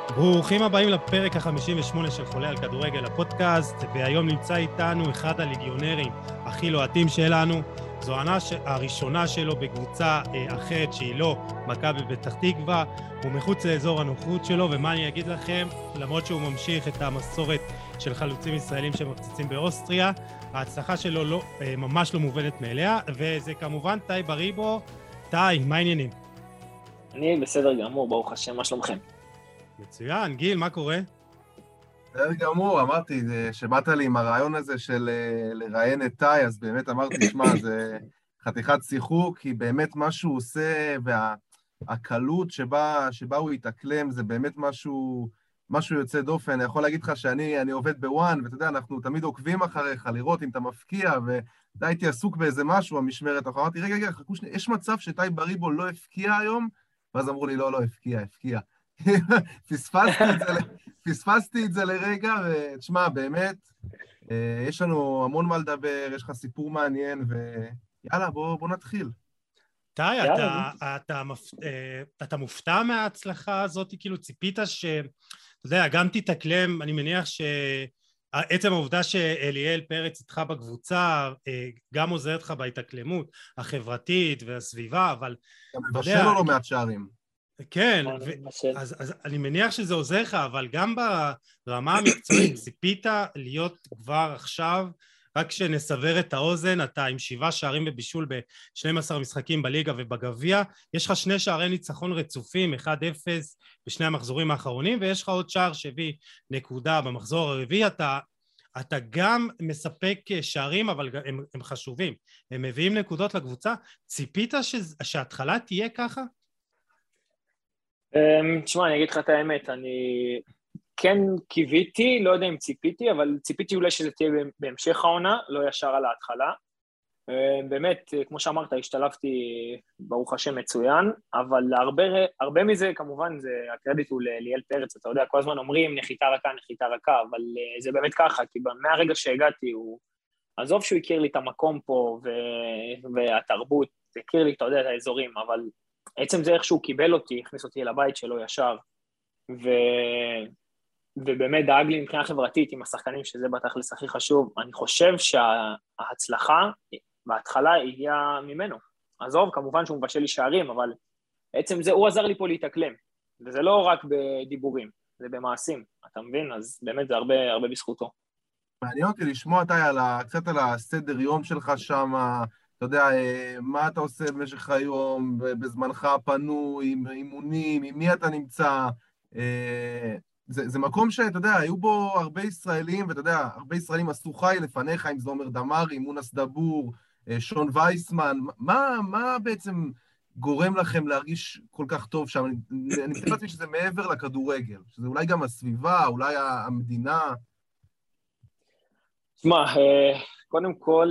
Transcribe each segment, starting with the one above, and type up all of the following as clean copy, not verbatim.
ברוכים הבאים לפרק ה-58 של חולה על כדורגל הפודקאסט, והיום נמצא איתנו אחד הליגיונרים הכי לוהטים שלנו. זו העונה הראשונה שלו בקבוצה אחרת שהיא לא מכבי פתח תקווה, הוא מחוץ לאזור הנוחות שלו, ומה אני אגיד לכם, למרות שהוא ממשיך את המסורת של חלוצים ישראלים שמפציצים באוסטריה, ההצלחה שלו ממש לא מובנת מאליה, וזה כמובן טי בריבו. טי, מה העניינים? אני בסדר גמור, ברוך השם, מה שלומכם? מצוין, גיל, מה קורה? בסדר גמור, אמרתי, שבאת לי עם הרעיון הזה של לראיין את טי, אז באמת אמרתי, שמע, זה חתיכת שיחוק, כי באמת מה שהוא עושה, והקלות שבה הוא יתאקלם, זה באמת משהו יוצא דופן. אני יכול להגיד לך שאני עובד בוואן, ואתה יודע, אנחנו תמיד עוקבים אחריך, לראות אם אתה מפקיע, ואתה הייתי עסוק באיזה משהו, המשמרת, אמרתי, רגע, חכו שנייה, יש מצב שטי בריבו לא הפקיע היום? ואז אמרו לי, לא, הפקיע. פספסתי את זה לרגע, ותשמע, באמת, יש לנו המון מה לדבר, יש לך סיפור מעניין, ויאללה, בוא נתחיל. טי, אתה מופתע מההצלחה הזאת? כאילו ציפית אתה יודע, גם תתאקלם, אני מניח שעצם העובדה שאליאל פרץ איתך בקבוצה, גם עוזרת לך בהתאקלמות החברתית והסביבה, אבל... גם מבשל לו לא מעט שערים. כן, אז אני מניח שזה עוזר לך, אבל גם ברמה המקצועית ציפית להיות כבר עכשיו, רק שנסבר את האוזן, אתה עם 7 שערים בבישול ב-12 משחקים בליגה ובגביע, יש לך 2 שערי ניצחון רצופים, 1-0 בשני המחזורים האחרונים, ויש לך עוד שער שהביא נקודה במחזור הרביעי. אתה גם מספק שערים, אבל הם חשובים, הם מביאים נקודות לקבוצה. ציפית שההתחלה תהיה ככה? תשמע, אני אגיד לך את האמת, אני כן קיוויתי, לא יודע אם ציפיתי, אבל ציפיתי אולי שזה תהיה בהמשך העונה, לא ישר על ההתחלה. באמת, כמו שאמרת, השתלבתי ברוך השם מצוין, אבל הרבה מזה כמובן, הקרדיט הוא לאליאל פרץ, אתה יודע, כל הזמן אומרים נחיתה רכה, אבל זה באמת ככה, כי מהרגע שהגעתי, עזוב שהוא הכיר לי את המקום פה, והתרבות, הכיר לי, אתה יודע, את האזורים, אבל עצם זה איך שהוא קיבל אותי, הכניס אותי לבית שלו ישר, ובאמת דאג לי מבחינה חברתית עם השחקנים, שזה בתכלס הכי חשוב. אני חושב שההצלחה בהתחלה הגיעה ממנו. עזוב, כמובן שהוא מבשל לי שערים, אבל עצם זה, הוא עזר לי פה להתאקלם, וזה לא רק בדיבורים, זה במעשים, אתה מבין? אז באמת זה הרבה בזכותו. מעניין אותי לשמוע קצת על הסדר יום שלך שם, אתה יודע, מה אתה עושה במשך היום, בזמנך הפנוי, עם אימונים, עם מי אתה נמצא. זה מקום שאתה יודע, היו בו הרבה ישראלים, ואתה יודע, הרבה ישראלים עשו חי לפניך, אם זה עומר דמרי, מונס דבור, שון וייסמן. מה בעצם גורם לכם להרגיש כל כך טוב שם? אני מתאר לעצמי שזה מעבר לכדורגל, שזה אולי גם הסביבה, אולי המדינה. תשמע, קודם כל,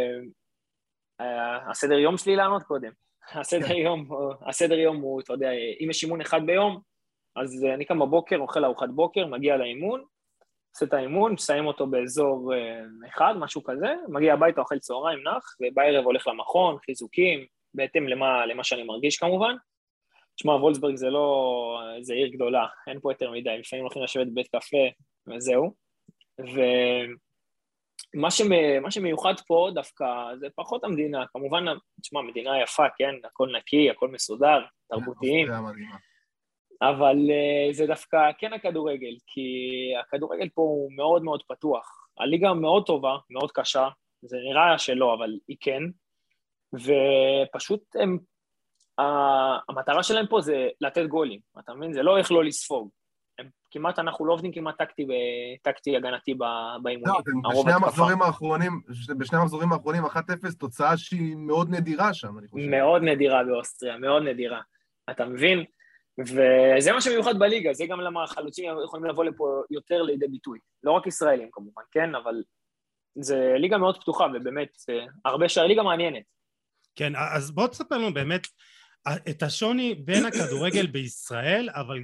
הסדר יום שלי לענות קודם. הסדר יום הוא, אתה יודע, אם יש אימון אחד ביום, אז אני קם בבוקר, אוכל ארוחת בוקר, מגיע לאימון, עושה את האימון, מסיים אותו באזור אחד, משהו כזה, מגיע הביתה, אוכל צהריים, נח, ובערב הולך למכון, חיזוקים, בהתאם למה שאני מרגיש כמובן. תשמע, וולסברג זה עיר גדולה, אין פה יותר מדי, לפעמים הולכים לשבת בבית קפה, וזהו. מה שמיוחד פה דווקא זה פחות המדינה, כמובן, תשמע, מדינה יפה, כן, הכל נקי, הכל מסודר, תרבותיים, אבל זה דווקא כן הכדורגל, כי הכדורגל פה הוא מאוד מאוד פתוח, הליגה מאוד טובה, מאוד קשה, זה נראה שלא, אבל היא כן, ופשוט המטרה שלהם פה זה לתת גולים, אתה מבין? זה לא איך לא לספוג, כמעט אנחנו לא עובדים כמעט טקטי הגנתי באימונים. בשני המחזורים האחרונים 1-0 תוצאה שהיא מאוד נדירה שם, אני חושב. מאוד נדירה באוסטריה, מאוד נדירה. אתה מבין? וזה מה שמיוחד בליגה, זה גם למה החלוצים יכולים לבוא לפה יותר לידי ביטוי. לא רק ישראלים כמובן, כן? אבל זה ליגה מאוד פתוחה, ובאמת, ליגה מעניינת. כן, אז בוא תספר לנו באמת, את השוני בין הכדורגל בישראל, אבל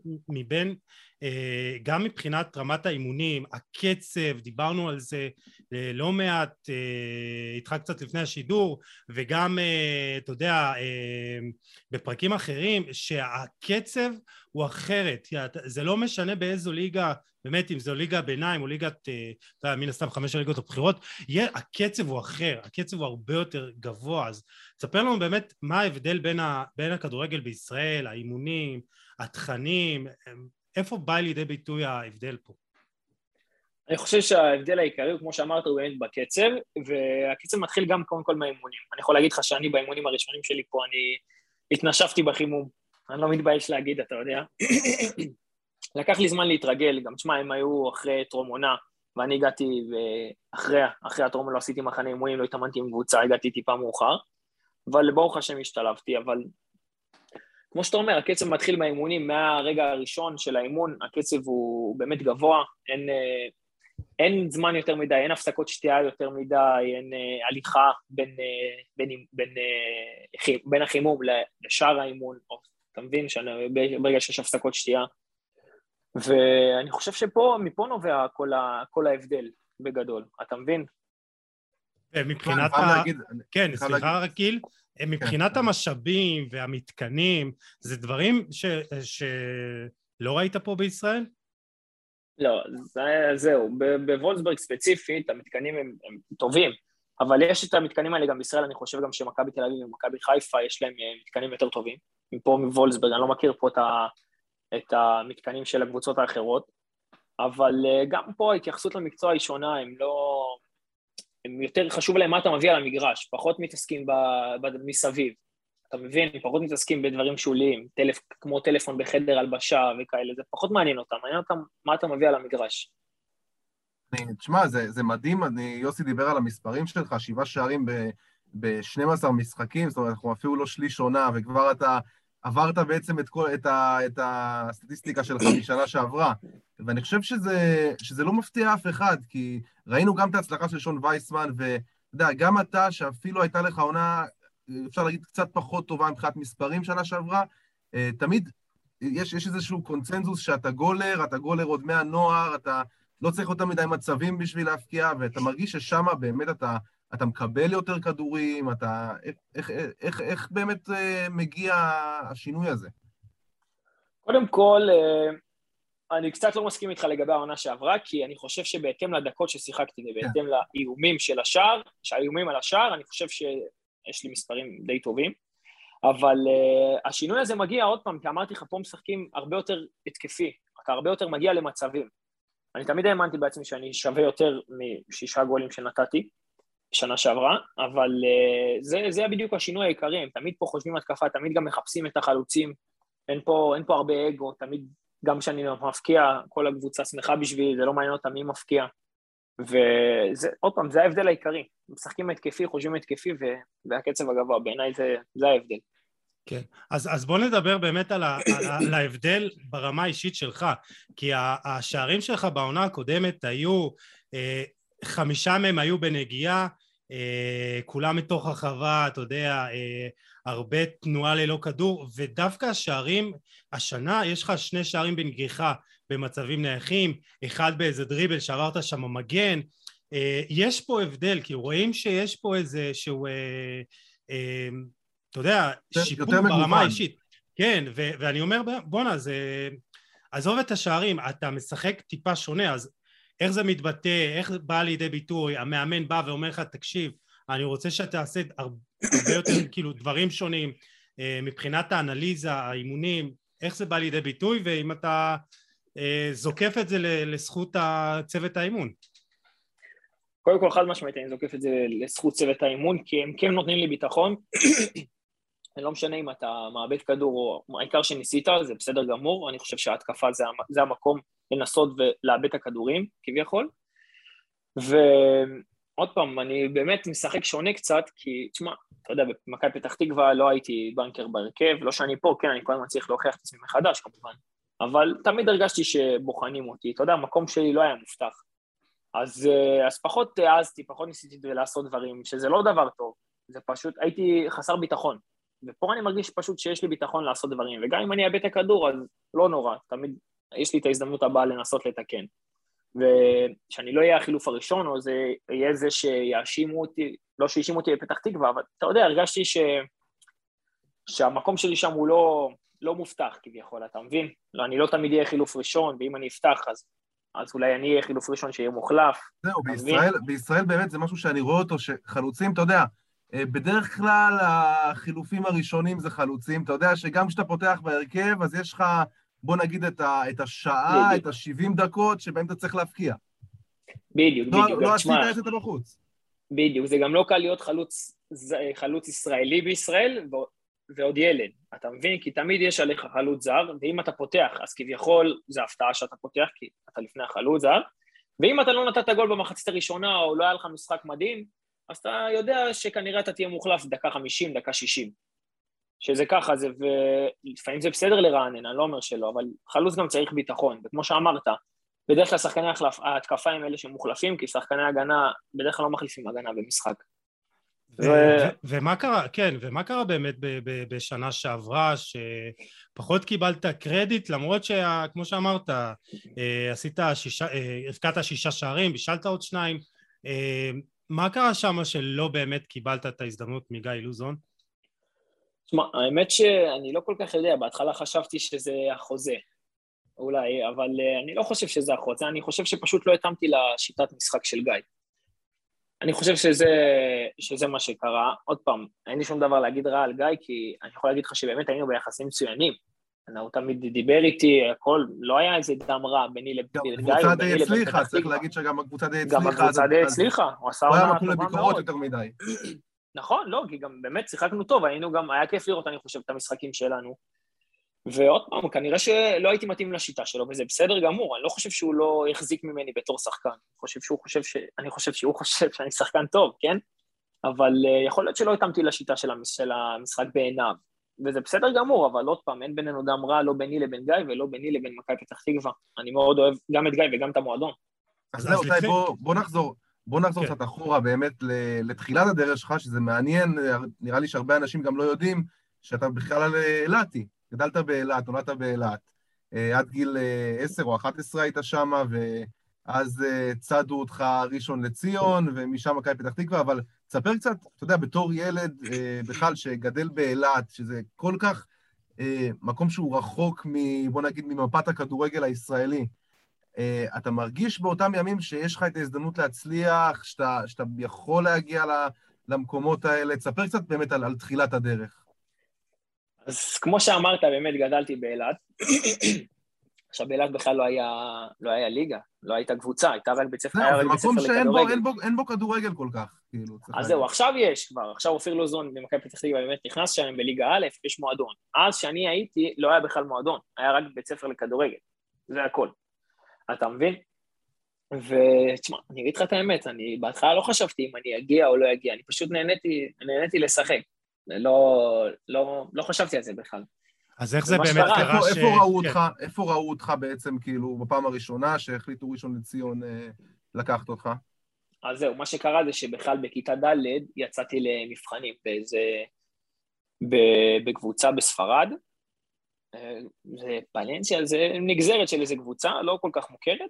גם מבחינת רמת האימונים, הקצב, דיברנו על זה לא מעט איתך קצת לפני השידור, וגם אתה יודע בפרקים אחרים, שהקצב הוא אחרת, זה לא משנה באיזו ליגה, באמת אם זו ליגה ביניים או ליגת, מן הסתם 5 הליגות הבחירות, הקצב הוא אחר, הקצב הוא הרבה יותר גבוה, אז תספר לנו באמת מה ההבדל בין הכדורגל בישראל, האימונים, התכנים, איפה בא לידי ביטוי ההבדל פה? אני חושב שההבדל העיקרי הוא, כמו שאמרת, הוא באמת בקצב, והקצב מתחיל גם קודם כל מהאימונים. אני יכול להגיד לך שאני באימונים הראשונים שלי פה, אני התנשפתי בחימום, אני לא מתבייש להגיד, אתה יודע. לקח לי זמן להתרגל, גם תשמע, הם היו אחרי טרום עונה, ואני הגעתי, ואחרי הטרום לא עשיתי מחנה אימונים, לא התאמנתי עם קבוצה, הגעתי טיפה מאוחר, אבל ברוך השם השתלבתי, אבל כמו שאתה אומר, הקצב מתחיל מהאימונים, מהרגע הראשון של האימון, הקצב הוא באמת גבוה, אין זמן יותר מדי, אין הפסקות שתייה יותר מדי, אין הליכה בין החימום לשאר האימון, אתה מבין ברגע שיש הפסקות שתייה, ואני חושב מפה נובע כל ההבדל בגדול, אתה מבין? מבחינת כן, סליחה רקיל, מבחינת המשאבים והמתקנים, זה דברים שלא ראית פה בישראל? לא, זהו, בוולסברג ספציפית המתקנים הם טובים, אבל יש את המתקנים האלה גם בישראל, אני חושב גם שמכבי תל אביב ומכבי חיפה יש להם מתקנים יותר טובים, מפה מוולסברג, אני לא מכיר פה את המתקנים של הקבוצות האחרות, אבל גם פה ההתייחסות למקצוע היא שונה, הם יותר חשוב להם מה אתה מביא על המגרש, פחות מתעסקים מסביב, אתה מבין, פחות מתעסקים בדברים שוליים, כמו טלפון בחדר הלבשה וכאלה, זה פחות מעניין אותם מה אתה מביא על המגרש. תשמע, זה מדהים, יוסי דיבר על המספרים שלך, 7 שערים ב-12 משחקים, זאת אומרת, אנחנו אפילו לא שליש עונה, וכבר אתה עברת בעצם את הסטטיסטיקה שלך משנה שעברה, ואני חושב שזה לא מפתיע אף אחד, כי ראינו גם את ההצלחה של שון וייסמן, ואתה יודע, גם אתה, שאפילו הייתה לך עונה, אפשר להגיד קצת פחות טובה מבחינת מספרים שנה שעברה, תמיד יש איזשהו קונצנזוס שאתה גולר עוד מהנוער, אתה לא צריך יותר מדי מצבים בשביל להפקיע, ואתה מרגיש ששם באמת אתה מקבל יותר כדורים, איך באמת מגיע השינוי הזה? קודם כל, אני קצת לא מסכים איתך לגבי העונה שעברה, כי אני חושב שבהתאם לדקות ששיחקתי, ובהתאם לאיומים של השער, שהאיומים על השער, אני חושב שיש לי מספרים די טובים, אבל השינוי הזה מגיע עוד פעם, כי אמרתי לך, פה משחקים הרבה יותר התקפי, אתה הרבה יותר מגיע למצבים. אני תמיד האמנתי בעצמי שאני שווה יותר מ6 גולים שנתתי בשנה שעברה, אבל זה היה בדיוק השינוי העיקרי, הם תמיד פה חושבים התקפה, תמיד גם מחפשים את החלוצים, אין פה הרבה אגו, תמיד גם כשאני מפקיע, כל הקבוצה שמחה בשבילי, זה לא מעניין אותה מי מפקיע, ועוד פעם, זה ההבדל העיקרי, משחקים התקפי, חושבים התקפי, והקצב הגבוה, בעיניי זה ההבדל. כן, אז בוא נדבר באמת על ההבדל ברמה האישית שלך, כי השערים שלך בעונה הקודמת היו, 5 מהם היו בנגיעה, כולם מתוך הרחבה, אתה יודע, הרבה תנועה ללא כדור, ודווקא השערים, השנה יש לך 2 שערים בנגיחה במצבים נייחים, אחד באיזה דריבל שעברת שם מגן, יש פה הבדל, כי רואים שיש פה איזה שהוא, אתה יודע, שיפור ברמה האישית. כן, ואני אומר, בונה, עזוב את השערים, אתה משחק טיפה שונה, אז איך זה מתבטא, איך בא לידי ביטוי, המאמן בא ואומר לך, תקשיב, אני רוצה שאתה תעשה הרבה יותר כאילו דברים שונים, מבחינת האנליזה, האימונים, איך זה בא לידי ביטוי, ואם אתה זוקף את זה לזכות צוות האימון. קודם כל חד משמעית, אני זוקף את זה לזכות צוות האימון, כי הם כן נותנים לי ביטחון, לא משנה אם אתה מאבד כדור או העיקר שניסית, זה בסדר גמור, אני חושב שההתקפה זה המקום לנסות ולאבד את הכדורים, כביכול, ועוד פעם, אני באמת משחק שונה קצת, כי תשמע, אתה יודע, במכבי פתח תקווה לא הייתי בנקר בהרכב, לא שאני פה, כן, אני כל הזמן צריך להוכיח את עצמי מחדש כמובן, אבל תמיד הרגשתי שבוחנים אותי, אתה יודע, המקום שלי לא היה מובטח, אז פחות העזתי, פחות ניסיתי לעשות דברים, שזה לא דבר טוב, זה פשוט, הייתי חסר ביטחון ופה אני מרגיש פשוט שיש לי ביטחון לעשות דברים, וגם אם אני אאבד את הכדור, אז לא נורא, תמיד יש לי את ההזדמנות הבאה לנסות לתקן. ושאני לא אהיה החילוף הראשון, או זה יהיה זה שיאשימו אותי, לא שיאשימו אותי בפתח תקווה, אבל אתה יודע, הרגשתי שהמקום שלי שם הוא לא מובטח כביכול, אתה מבין? לא, אני לא תמיד אהיה חילוף ראשון, ואם אני אפתח, אז אולי אני אהיה חילוף ראשון שיהיה מוחלף. זהו, בישראל באמת זה משהו שאני רואה אותו, שחלוצים, אתה יודע, בדרך כלל החילופים הראשונים זה חלוצים, אתה יודע שגם כשאתה פותח בהרכב, אז יש לך, בוא נגיד, את השעה, את ה-70 דקות שבהם אתה צריך להפקיע. בדיוק. לא עשית את זה בחוץ. בדיוק, זה גם לא קל להיות חלוץ ישראלי בישראל, ועוד ילד, אתה מבין? כי תמיד יש עליך חלוץ זר, ואם אתה פותח, אז כביכול זה הפתעה שאתה פותח, כי אתה לפני החלוץ זר, ואם אתה לא נתת גול במחצית הראשונה, או לא היה לך משחק מדהים, אז אתה יודע שכנראה אתה תהיה מוחלף דקה 50, דקה 60. שזה ככה, ולפעמים זה בסדר לרענן, אני לא אומר שלא, אבל חלוץ גם צריך ביטחון, וכמו שאמרת, בדרך כלל שחקני ההתקפה הם אלה שמוחלפים, כי שחקני ההגנה בדרך כלל לא מחליפים הגנה במשחק. ומה קרה, כן, ומה קרה באמת בשנה שעברה, שפחות קיבלת קרדיט, למרות שכמו שאמרת, הפקעת 6 שערים, בישלת עוד 2, מה קרה שם שלא באמת קיבלת את ההזדמנות מגיא לוזון? תשמע, האמת שאני לא כל כך יודע, בהתחלה חשבתי שזה החוזה, אולי, אבל אני לא חושב שזה החוזה, אני חושב שפשוט לא התאמתי לשיטת משחק של גיא. אני חושב שזה מה שקרה. עוד פעם, אין לי שום דבר להגיד רע על גיא, כי אני יכול להגיד לך שבאמת היינו ביחסים מצוינים. הוא תמיד דיבר איתי, הכל, לא היה איזה דם רע ביני לבין גיא. גם הקבוצה די הצליחה, צריך להגיד שגם הקבוצה די הצליחה. גם הקבוצה די הצליחה, הוא עשה עונה טובה מאוד. יותר מדי. נכון, לא, כי גם באמת שיחקנו טוב, היה כיף לראות, אני חושב, את המשחקים שלנו. ועוד פעם, כנראה שלא הייתי מתאים לשיטה שלו, וזה בסדר גמור, אני לא חושב שהוא לא החזיק ממני בתור שחקן, אני חושב שהוא חושב שאני שחקן טוב, כן? אבל יכול להיות שלא התאמתי לשיטה של המשחק בעיניו, וזה בסדר גמור, אבל עוד פעם, אין בינינו דם רע, לא ביני לבין גיא, ולא ביני לבין מכבי פתח תקווה. אני מאוד אוהב גם את גיא וגם את המועדון. אז זהו, בוא נחזור קצת אחורה באמת לתחילת הדרך שלך, שזה מעניין, נראה לי שהרבה אנשים גם לא יודעים שאתה בכלל אילתי. גדלת באילת, נולדת באילת, עד גיל 10 או 11 היית שם, ואז צדו אותך ראשון לציון, ומשם מכבי פתח תקווה, אבל תספר קצת, אתה יודע, בתור ילד בכלל שגדל באילת, שזה כל כך מקום שהוא רחוק, בוא נגיד, ממפת הכדורגל הישראלי, אתה מרגיש באותם ימים שיש לך את ההזדמנות להצליח, שאתה יכול להגיע למקומות האלה, תספר קצת באמת על תחילת הדרך. אז כמו שאמרת, באמת גדלתי באילת. עכשיו, באילת בכלל לא היה ליגה, לא הייתה קבוצה, הייתה רק בית ספר לכדורגל. זה מקום שאין בו כדורגל כל כך, כאילו. אז זהו, עכשיו יש כבר, עכשיו אופיר לוזון במכבי פתח תקווה באמת נכנס שם בליגה א', יש מועדון. אז שאני הייתי, לא היה בכלל מועדון, היה רק בית ספר לכדורגל. זה הכל. אתה מבין? ותשמע, אני אגיד לך את האמת, אני בהתחלה לא חשבתי אם אני אגיע או לא אגיע, אני פשוט נהניתי לשחק. לא חשבתי על זה בכלל. אז איך זה באמת קרה איפה ראו אותך בעצם, כאילו, בפעם הראשונה שהחליטו ראשון לציון לקחת אותך? אז זהו, מה שקרה זה שבכלל בכיתה ד' יצאתי למבחנים בקבוצה בספרד, זה פלנסיה, זה נגזרת של איזה קבוצה, לא כל כך מוכרת,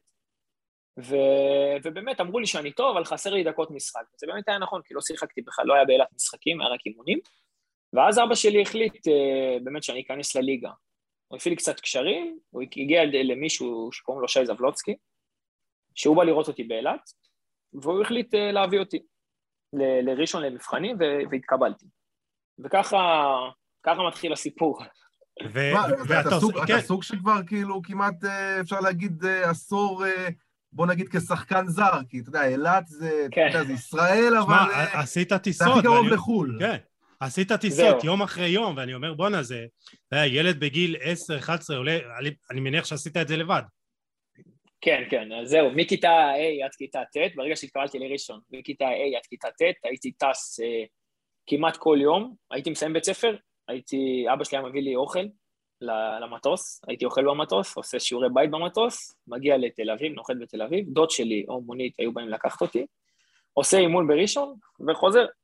ובאמת אמרו לי שאני טוב, אבל חסר לי דקות משחק, זה באמת היה נכון, כי לא שיחקתי בכלל, לא היה באילת משחקים, היה רק אימונים, ואז אבא שלי החליט באמת שאני אכנס לליגה. הוא הפעיל לי קצת קשרים, הוא הגיע למישהו שקוראים לו שי זבלוצקי, שהוא בא לראות אותי באילת, והוא החליט להביא אותי לראשון למבחנים, והתקבלתי. וככה מתחיל הסיפור. אתה סוג שכבר כאילו כמעט אפשר להגיד עשור, בוא נגיד כשחקן זר, כי אתה יודע, אילת זה ישראל, אבל עשית טיסות. זה הכי קרוב לחול. כן. עשית טיסות יום אחרי יום, ואני אומר, בוא נזה, ילד בגיל 10-11 עולה, אני מניח שעשית את זה לבד. כן, אז זהו, מכיתה A עד כיתה ט', ברגע שהתקבלתי לראשון, מכיתה A עד כיתה ט', הייתי טס כמעט כל יום, הייתי מסיים בית ספר, אבא שלי היה מביא לי אוכל למטוס, הייתי אוכל במטוס, עושה שיעורי בית במטוס, מגיע לתל אביב, נוחת בתל אביב, דוד שלי או מונית היו באים לקחת אותי, עושה אימון בראשון וחוזר.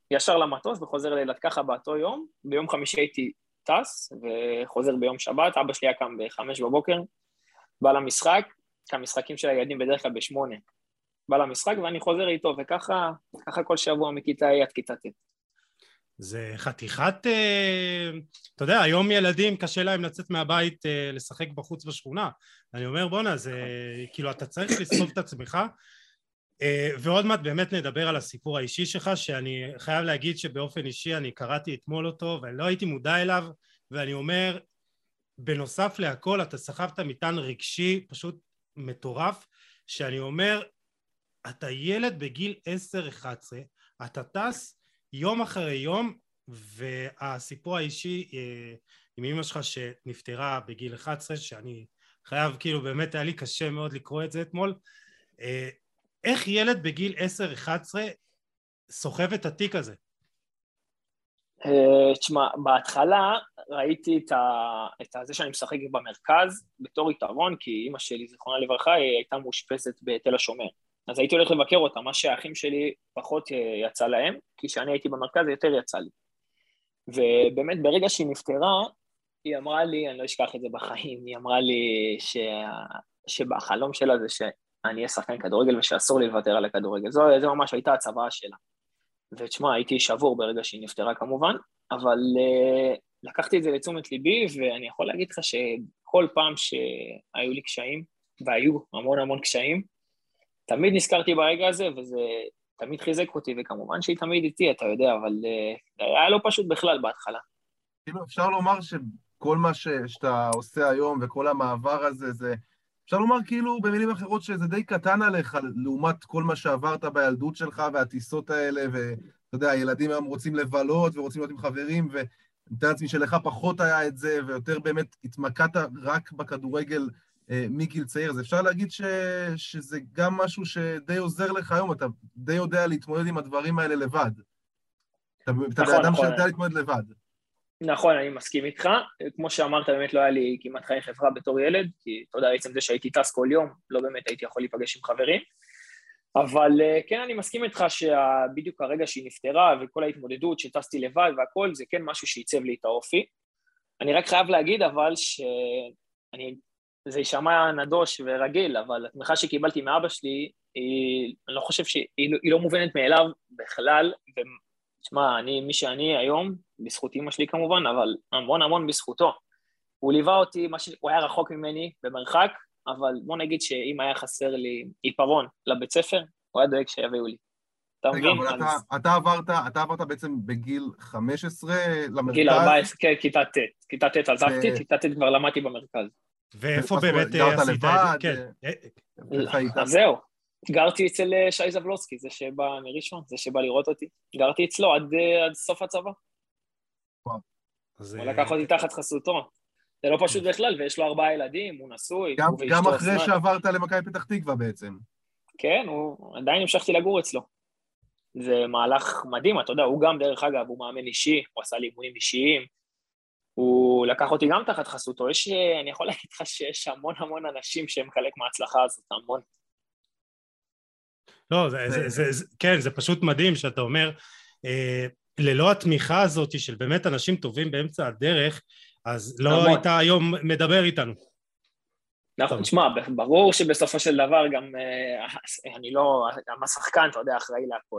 ישר למטוס וחוזר לאילת ככה באותו יום. ביום חמישי הייתי טס וחוזר ביום שבת, אבא שלי היה קם ב5 בבוקר, בא למשחק, המשחקים של הילדים בדרך כלל ב8, בא למשחק ואני חוזר איתו, וככה כל שבוע מכיתה A עד כיתה ט'. זה חתיכת, אתה יודע, היום ילדים קשה להם לצאת מהבית לשחק בחוץ בשכונה. אני אומר, בונה, זה כאילו אתה צריך לסחוב את עצמך, ועוד מעט באמת נדבר על הסיפור האישי שלך, שאני חייב להגיד שבאופן אישי אני קראתי אתמול אותו, ואני לא הייתי מודע אליו, ואני אומר, בנוסף להכל אתה סחבת מטען רגשי פשוט מטורף, שאני אומר, אתה ילד בגיל 10-11, אתה טס יום אחרי יום, והסיפור האישי עם אמא שלך שנפטרה בגיל 11, שאני חייב, כאילו באמת היה לי קשה מאוד לקרוא את זה אתמול, איך ילד בגיל 10-11 סוחב את התיק הזה? תשמע, בהתחלה ראיתי את זה שאני משחק במרכז בתור יתרון, כי אמא שלי, זיכרונה לברכה, היא הייתה מאושפזת בתל השומר. אז הייתי הולך לבקר אותה, מה שהאחים שלי פחות יצא להם, כי כשאני הייתי במרכז יותר יצא לי. ובאמת ברגע שהיא נפטרה, היא אמרה לי, אני לא אשכח את זה בחיים, היא אמרה לי שבחלום שלה זה שאני אהיה שחקן כדורגל ושאסור לי לוותר על הכדורגל. זו ממש הייתה הצבאה שלה. ותשמע, הייתי שבור ברגע שהיא נפטרה כמובן, אבל לקחתי את זה לתשומת ליבי, ואני יכול להגיד לך שכל פעם שהיו לי קשיים, והיו המון קשיים, תמיד נזכרתי ברגע הזה, וזה תמיד חיזק אותי, וכמובן שהיא תמיד איתי, אתה יודע, אבל היה לא פשוט בכלל בהתחלה. כאילו, אפשר לומר שכל מה שאתה עושה היום, וכל המעבר הזה, זה... אפשר לומר כאילו במילים אחרות שזה די קטן עליך, לעומת כל מה שעברת בילדות שלך, והטיסות האלה, ואתה יודע, הילדים היום רוצים לבלות, ורוצים להיות עם חברים, ואני מתאר לעצמי שלך פחות היה את זה, ויותר באמת התמקדת רק בכדורגל מגיל צעיר. אז אפשר להגיד שזה גם משהו שדי עוזר לך היום, אתה די יודע להתמודד עם הדברים האלה לבד. אתה אדם שיודע להתמודד לבד. נכון, אני מסכים איתך. כמו שאמרת, באמת לא היה לי כמעט חיי חברה בתור ילד, כי אתה יודע, בעצם זה שהייתי טס כל יום, לא באמת הייתי יכול להיפגש עם חברים. אבל כן, אני מסכים איתך שבדיוק הרגע שהיא נפטרה, וכל ההתמודדות שטסתי לבד והכל, זה כן משהו שעיצב לי את האופי. אני רק חייב להגיד, אבל זה יישמע נדוש ורגיל, אבל התמיכה שקיבלתי מאבא שלי, אני לא חושב שהיא לא מובנת מאליו בכלל, תשמע, מי שאני היום, בזכות אמא שלי כמובן, אבל המון בזכותו. הוא ליווה אותי, הוא היה רחוק ממני במרחק, אבל בוא נגיד שאם היה חסר לי עיפרון לבית ספר, הוא היה דואג שיביאו לי. אתה מבין? אתה עברת בעצם בגיל 15 למרכז? גיל 14, כן, כיתה ט'. כיתה ט' עזבתי, כיתה ט' כבר למדתי במרכז. ואיפה באמת עשית את זה? אז זהו. גרתי אצל שי זבלוצקי, זה שבא מראשון, זה שבא לראות אותי. גרתי אצלו עד סוף הצבא. הוא לקח אותי תחת חסותו. זה לא פשוט בכלל, ויש לו 4 ילדים, הוא נשוי. גם אחרי שעברת למכבי פתח תקווה בעצם. כן, עדיין המשכתי לגור אצלו. זה מהלך מדהים, אתה יודע, הוא גם דרך אגב, הוא מאמן אישי, הוא עשה לי אימונים אישיים, הוא לקח אותי גם תחת חסותו. אני יכול להגיד לך שיש המון אנשים שהם חלק מההצלחה הזאת, המון. לא, כן, זה פשוט מדהים שאתה אומר, ללא התמיכה הזאת של באמת אנשים טובים באמצע הדרך, אז לא היית היום מדבר איתנו. נכון, תשמע, ברור שבסופו של דבר גם, אני לא, גם השחקן, אתה יודע, אחראי להכל.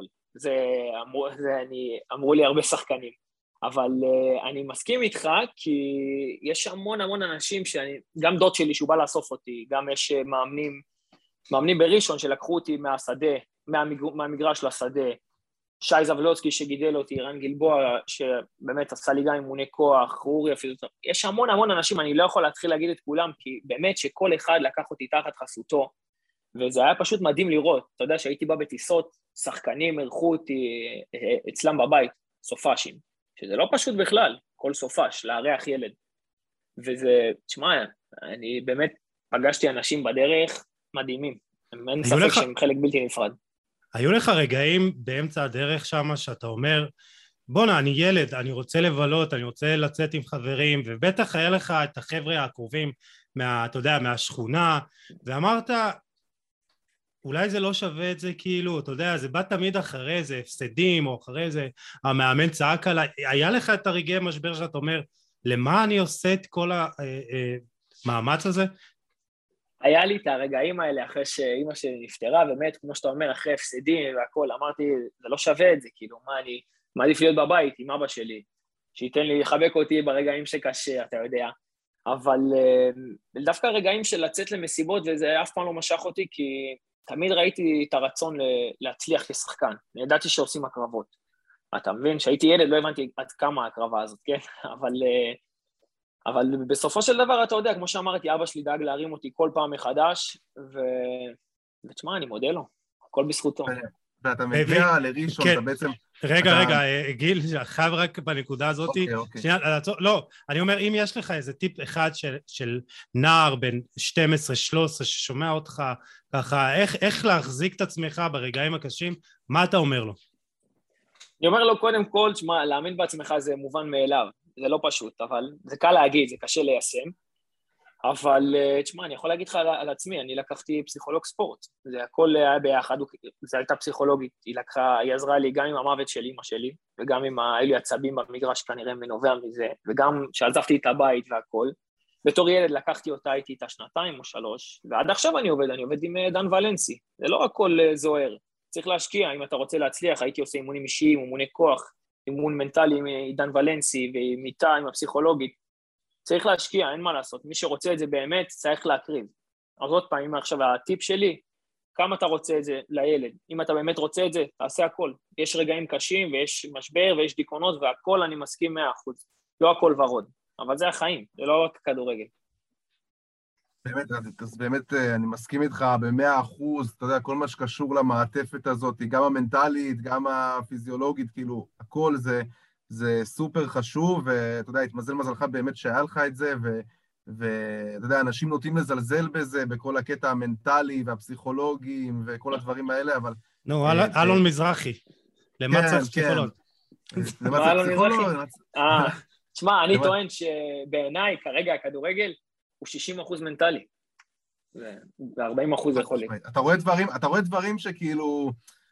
אמרו לי הרבה שחקנים. אבל אני מסכים איתך, כי יש המון אנשים, גם דוד שלי שהוא בא לאסוף אותי, גם יש מאמנים בראשון שלקחו אותי מהשדה, מהמגרש לשדה, שי זבלוצקי שגידל אותי, רן גלבוע שבאמת עשה לי גם אימוני כוח, אורי הפיזיותרפי, יש המון אנשים, אני לא יכול להתחיל להגיד את כולם, כי באמת שכל אחד לקח אותי תחת חסותו, וזה היה פשוט מדהים לראות. אתה יודע שהייתי בא בטיסות, שחקנים ערכו אותי אצלם בבית, סופאשים, שזה לא פשוט בכלל, כל סופש, לארח ילד. וזה, תשמע, אני באמת פגשתי אנשים בדרך מדהימים, אין ספק שהם חלק בלתי נפרד. היו לך רגעים באמצע הדרך שם שאתה אומר, בונה, אני ילד, אני רוצה לבלות, אני רוצה לצאת עם חברים, ובטח היה לך את החבר'ה הקרובים, אתה יודע, מהשכונה, ואמרת, אולי זה לא שווה את זה, כאילו, אתה יודע, זה בא תמיד אחרי איזה הפסדים, או אחרי איזה, המאמן צעק עליי, היה לך את הרגעי משבר שאתה אומר, למה אני עושה את כל המאמץ הזה? היה לי את הרגעים האלה אחרי שאימא שלי נפטרה, באמת, כמו שאתה אומר, אחרי הפסדים והכל, אמרתי, זה לא שווה את זה, כאילו, מה אני מעדיף להיות בבית עם אבא שלי, שייתן לי, יחבק אותי ברגעים שקשה, אתה יודע, אבל דווקא הרגעים של לצאת למסיבות, וזה אף פעם לא משך אותי, כי תמיד ראיתי את הרצון להצליח כשחקן, אני ידעתי שעושים הקרבות, אתה מבין, שהייתי ילד לא הבנתי עד כמה ההקרבה הזאת, כן, אבל בסופו של דבר, אתה יודע, כמו שאמרתי, אבא שלי דאג להרים אותי כל פעם מחדש, ותשמע, אני מודה לו, הכל בזכותו. ואתה מגיע לראשון, אתה בעצם... רגע, גיל, חייב רק בנקודה הזאת, שנייה, לא, אני אומר, אם יש לך איזה טיפ אחד של נער בין 12-13 ששומע אותך ככה, איך להחזיק את עצמך ברגעים הקשים, מה אתה אומר לו? אני אומר לו, קודם כל, תשמע, להאמין בעצמך זה מובן מאליו, זה לא פשוט, אבל זה קל להגיד, זה קשה ליישם, אבל תשמע, אני יכול להגיד לך על עצמי, אני לקחתי פסיכולוג ספורט, זה הכל היה ביחד, זה הייתה פסיכולוגית, היא עזרה לי גם עם המוות של אמא שלי, וגם עם היו לי עצבים במגרש כנראה מנובע מזה, וגם שעזבתי את הבית והכל, בתור ילד לקחתי אותה איתי את השנתיים או 3, ועד עכשיו אני עובד עם דן ולנסי, זה לא הכל זוהר, צריך להשקיע, אם אתה רוצה להצליח, הייתי עושה אימונים אישיים, אימוני כוח, אימון מנטלי עם דן ולנסי, ומיטה עם הפסיכולוגית, צריך להשקיע, אין מה לעשות, מי שרוצה את זה באמת צריך להקריב. אז עוד פעם, עכשיו הטיפ שלי, כמה אתה רוצה את זה לילד, אם אתה באמת רוצה את זה, תעשה הכל, יש רגעים קשים ויש משבר ויש דיכאונות והכל אני מסכים 100%, לא הכל ורוד, אבל זה החיים, זה לא רק כדורגל. באמת, אז באמת אני מסכים איתך ב100%, אתה יודע, כל מה שקשור למעטפת הזאת, גם המנטלית, גם הפיזיולוגית, כאילו, הכל זה סופר חשוב, ואתה יודע, התמזל מזלך באמת שהיה לך את זה, ואתה יודע, אנשים נוטים לזלזל בזה, בכל הקטע המנטלי והפסיכולוגי, וכל הדברים האלה, אבל... נו, אלון מזרחי, למה צריך פסיכולוג? למה צריך פסיכולוג? תשמע, אני טוען שבעיניי, כרגע הכדורגל, הוא 60% מנטלי, ו-40% יכולים. אתה רואה דברים שכאילו,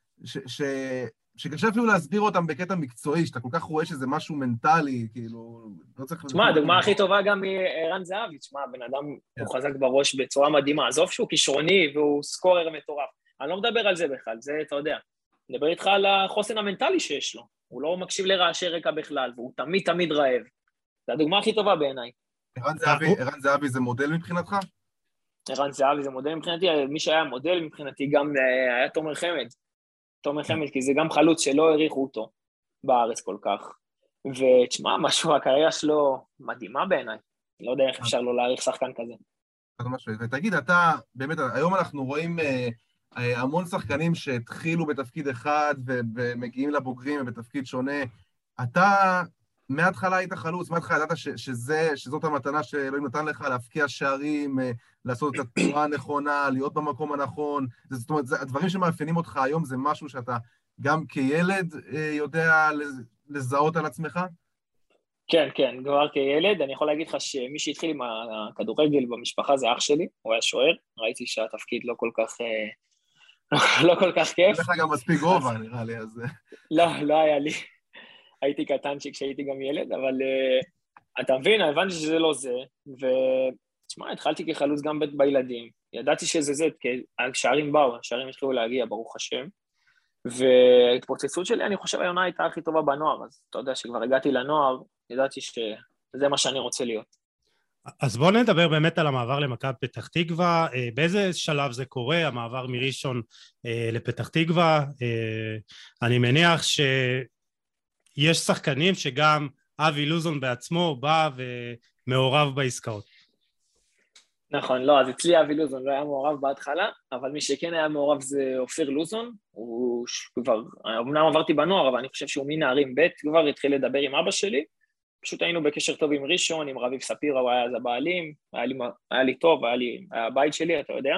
שקשה אפילו להסביר אותם בקטע מקצועי, שאתה כל כך רואה שזה משהו מנטלי, כאילו, לא צריך... תשמע, הדוגמה הכי טובה גם מערן זהבי, תשמע, בן אדם הוא חזק בראש בצורה מדהימה, עזוב שהוא כישרוני והוא סקורר מטורף, אני לא מדבר על זה בכלל, זה אתה יודע, מדבר איתך על החוסן המנטלי שיש לו, הוא לא מקשיב לרעשי רקע בכלל, והוא תמיד רעב, זה הדוגמה הכי טובה בעיניי. ערן זהבי זה מודל מבחינתך? ערן זהבי זה מודל מבחינתי, מי שהיה מודל מבחינתי גם היה תומר חמד, כי זה גם חלוץ שלא העריכו אותו בארץ כל כך, ותשמע, משהו, הקריירה שלו מדהימה בעיניי, לא יודע איך אפשר לא להעריך שחקן כזה. ותגיד, אתה, באמת, היום אנחנו רואים המון שחקנים שהתחילו בתפקיד אחד ומגיעים לבוגרים ובתפקיד שונה, אתה מההתחלה היית חלוץ, מההתחלה ידעת שזאת המתנה שאלוהים נתן לך, להפקיע שערים, לעשות את התנועה הנכונה, להיות במקום הנכון, זאת אומרת, הדברים שמאפיינים אותך היום זה משהו שאתה גם כילד יודע לזהות על עצמך? כן, כבר כילד, אני יכול להגיד לך שמי שהתחיל עם הכדורגל במשפחה זה אח שלי, הוא היה שוער, ראיתי שהתפקיד לא כל כך כיף. יש לך גם מספיק גובה, נראה לי, אז... לא היה לי. הייתי קטנצ'יק כשהייתי גם ילד, אבל אתה מבין, הבנתי שזה לא זה, ותשמע, התחלתי כחלוץ גם בילדים, ידעתי שזה זה, כי השערים באו, השערים התחילו להגיע, ברוך השם, וההתפוצצות שלי, אני חושב, העונה הייתה הכי טובה בנוער, אז אתה יודע שכבר הגעתי לנוער, ידעתי שזה מה שאני רוצה להיות. אז בואו נדבר באמת על המעבר למכבי פתח תקווה, באיזה שלב זה קורה, המעבר מראשון לפתח תקווה, אני מניח יש שחקנים שגם אבי לוזון בעצמו בא ומעורב בעסקאות. נכון, לא, אז אצלי אבי לוזון לא היה מעורב בהתחלה, אבל מי שכן היה מעורב זה אופיר לוזון, הוא כבר, אמנם עברתי בנוער, אבל אני חושב שהוא מנערים ב' כבר התחיל לדבר עם אבא שלי, פשוט היינו בקשר טוב עם ראשון, עם רביב ספירה, הוא היה אז הבעלים, היה לי טוב, היה הבית שלי, אתה יודע,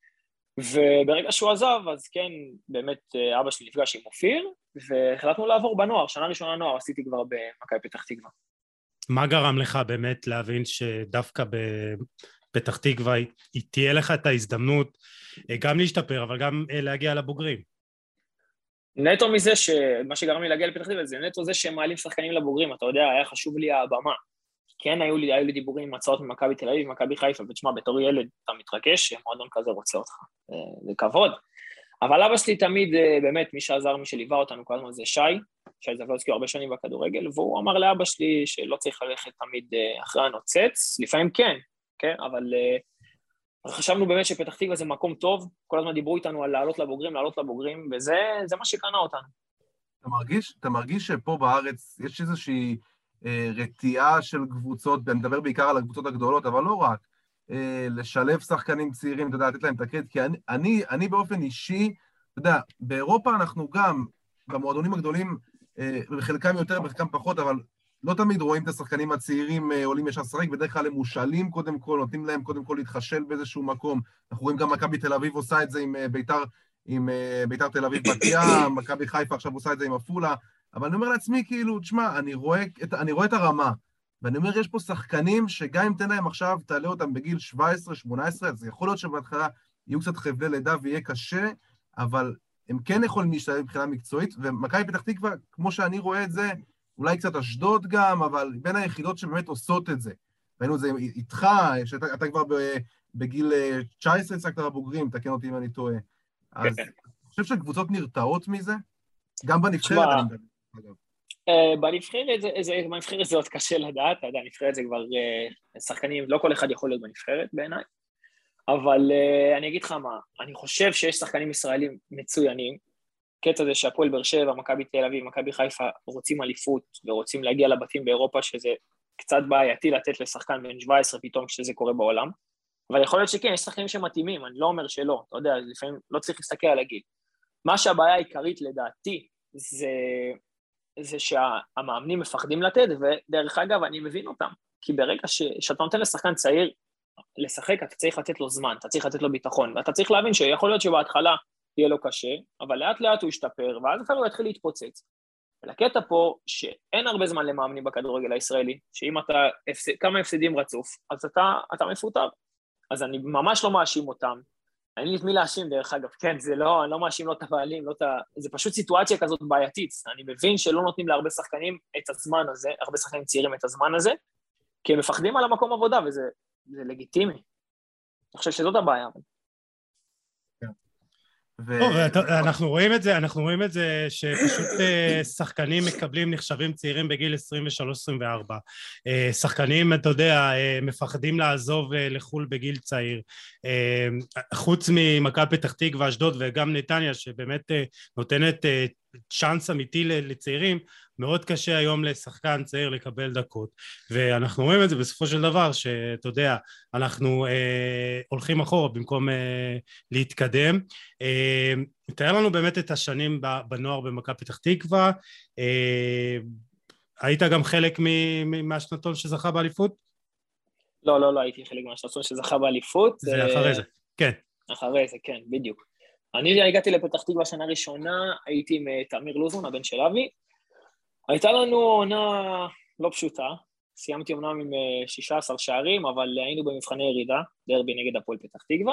וברגע שהוא עזב, אז כן, באמת אבא שלי נפגש עם אופיר, והחלטנו לעבור בנוער, שנה ראשונה נוער, עשיתי כבר במכבי פתח תקווה. מה גרם לך באמת להבין שדווקא פתח תקווה, היא תהיה לך את ההזדמנות גם להשתפר, אבל גם להגיע לבוגרים. נטו מזה מה שגרם לי להגיע לפתח תקווה, זה נטו זה שהם מעלים שחקנים לבוגרים, אתה יודע, היה חשוב לי הבמה. כן, היו לי דיבורים עם הצעות ממכבי תל אביב, ממכבי חיפה, ותשמע, בתור ילד אתה מתרגש, שמועדון כזה רוצה אותך, זה כבוד. אבל אבא שלי תמיד, באמת, מי שעזר, מי שליווה אותנו כל הזמן זה שי זבלסקי, הרבה שנים בכדורגל, והוא אמר לאבא שלי שלא צריך ללכת תמיד אחרי הנוצץ, לפעמים כן, אבל חשבנו באמת שפתח תקווה זה מקום טוב, כל הזמן דיברו איתנו על לעלות לבוגרים, וזה מה שקנה אותנו. אתה מרגיש שפה בארץ יש איזושהי רתיעה של קבוצות, ואני מדבר בעיקר על הקבוצות הגדולות, אבל לא רק, לשלב שחקנים צעירים, אתה יודע, לתת להם את הקרדיט, כי אני באופן אישי, אתה יודע, באירופה אנחנו גם, במועדונים הגדולים, בחלקם יותר, בחלקם פחות, אבל לא תמיד רואים את השחקנים הצעירים עולים ישר לשחק, בדרך כלל הם מושאלים קודם כל, נותנים להם קודם כל להתחשל באיזשהו מקום, אנחנו רואים גם מכבי תל אביב עושה את זה עם ביתר תל אביב בת ים, מכבי חיפה עכשיו עושה את זה עם עפולה, אבל אני אומר לעצמי, כאילו, תשמע, אני רואה את הרמה, ואני אומר, יש פה שחקנים שגם אם תן להם עכשיו, תעלה אותם בגיל 17-18, אז יכול להיות שבהתחלה יהיו קצת חבלי לידה ויהיה קשה, אבל הם כן יכולים להשתלב מבחינה מקצועית, ומכבי פתח תקווה, כמו שאני רואה את זה, אולי קצת אשדוד גם, אבל בין היחידות שבאמת עושות את זה. ראינו את זה איתך, שאתה כבר בגיל 19 עסקת בבוגרים, תקן אותי אם אני טועה. אז אני חושב שקבוצות נרתעות מזה, גם בנבחרת אני מדבר, אגב. בנבחרת זה עוד קשה לדעת, אתה יודע, נבחרת זה כבר שחקנים, לא כל אחד יכול להיות בנבחרת בעיניי, אבל אני אגיד לך מה, אני חושב שיש שחקנים ישראלים מצוינים, קטע זה שהפועל באר שבע, מכבי תל אביב, מכבי חיפה רוצים אליפות ורוצים להגיע לבתים באירופה, שזה קצת בעייתי לתת לשחקן בן 17 פתאום כשזה קורה בעולם, אבל יכול להיות שכן, יש שחקנים שמתאימים, אני לא אומר שלא, אתה יודע, לפעמים לא צריך להסתכל על הגיל. מה שהבעיה העיקרית לדעתי, זה שהמאמנים מפחדים לתת, ודרך אגב אני מבין אותם, כי ברגע שאתה נותן לשחקן צעיר לשחק, אתה צריך לתת לו זמן, אתה צריך לתת לו ביטחון, ואתה צריך להבין שיכול להיות שבהתחלה יהיה לו קשה, אבל לאט לאט הוא ישתפר, ואז אפילו הוא יתחיל להתפוצץ. ולקטע פה שאין הרבה זמן למאמנים בכדורגל הישראלי, שאם אתה כמה הפסדים רצוף, אז אתה מפוטר. אז אני ממש לא מאשים אותם, אין לי את מי להאשים דרך אגב, כן, זה לא, אני לא מאשים לא את הבעלים, זה פשוט סיטואציה כזאת בעייתית, אני מבין שלא נותנים להרבה שחקנים את הזמן הזה, הרבה שחקנים צעירים את הזמן הזה, כי הם מפחדים על המקום עבודה, וזה לגיטימי. אני חושב שזאת הבעיה. אנחנו רואים את זה שפשוט שחקנים מקבלים נחשבים צעירים בגיל 23-24, שחקנים אתה יודע מפחדים לעזוב לחול בגיל צעיר, חוץ ממכבי פתח תקווה, אשדוד וגם נתניה שבאמת נותנת צ'אנס אמיתי לצעירים, מאוד קשה היום לשחקן צעיר לקבל דקות, ואנחנו רואים את זה בסופו של דבר שאתה יודע אנחנו הולכים אחורה במקום להתקדם. תאר לנו באמת את השנים בנוער במכבי פתח תקווה, היית גם חלק מהשנתון שזכה באליפות? לא הייתי חלק מהשנתון שזכה באליפות. זה אחרי זה, כן. אחרי זה, כן, בדיוק. אני הגעתי לפתח תקווה שנה ראשונה, הייתי עם תמיר לוזון, הבן של אבי, הייתה לנו עונה לא פשוטה, סיימתי אומנם עם 16 שערים, אבל היינו במבחני ירידה, דרבי נגד הפועל פתח תקווה,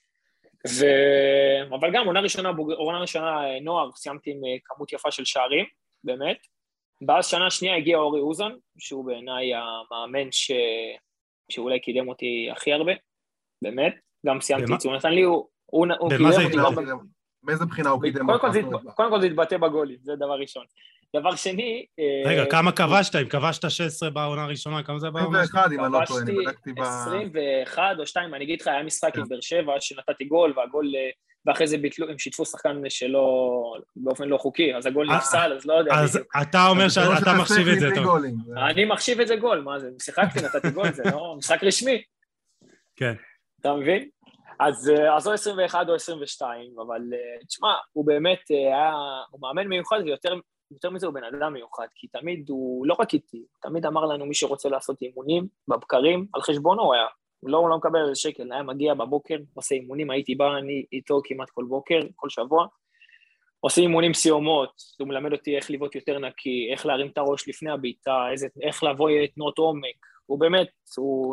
אבל גם עונה ראשונה נוער, סיימתי עם כמות יפה של שערים, באמת, ואז שנה שנייה הגיע אורי אוזן, שהוא בעיניי המאמן שאולי קידם אותי הכי הרבה, באמת, גם סיימתי, הוא נתן לי, הוא קידם אותי גם... באיזה בחינה הוא קידם? קודם כל זה התבטא בגולים, זה דבר ראשון. דבר שני... רגע, כמה כבשת? אם כבשת 16 בעונה הראשונה, כמה זה בעונה? 21, אם אני לא טועה, אני בדקתי 21 או 2, אני אגיד לך, היה משחק עם באר שבע, שנתתי גול, והגול, ואחרי זה הם שיתפו שחקן שלא, באופן לא חוקי, אז הגול נפסל, אז לא יודע. אז אתה אומר שאתה מחשיב את זה טוב. אני מחשיב את זה גול, מה זה? שיחקתי, נתתי גול, זה לא משחק רשמי. כן. אתה מבין? אז או 21 או 22, אבל תשמע, הוא באמת הוא מאמן מיוחד, ויותר מזה הוא בן אדם מיוחד, כי תמיד הוא לא רק איתי, תמיד אמר לנו מי שרוצה לעשות אימונים בבקרים, על חשבונו הוא היה, הוא לא מקבל איזה שקל, היה מגיע בבוקר, עושה אימונים, הייתי בא אני איתו כמעט כל בוקר, כל שבוע, עושה אימונים סיומות, הוא מלמד אותי איך לבעוט יותר נקי, איך להרים את הראש לפני הביתה, איך לבוא תנועות עומק, הוא באמת,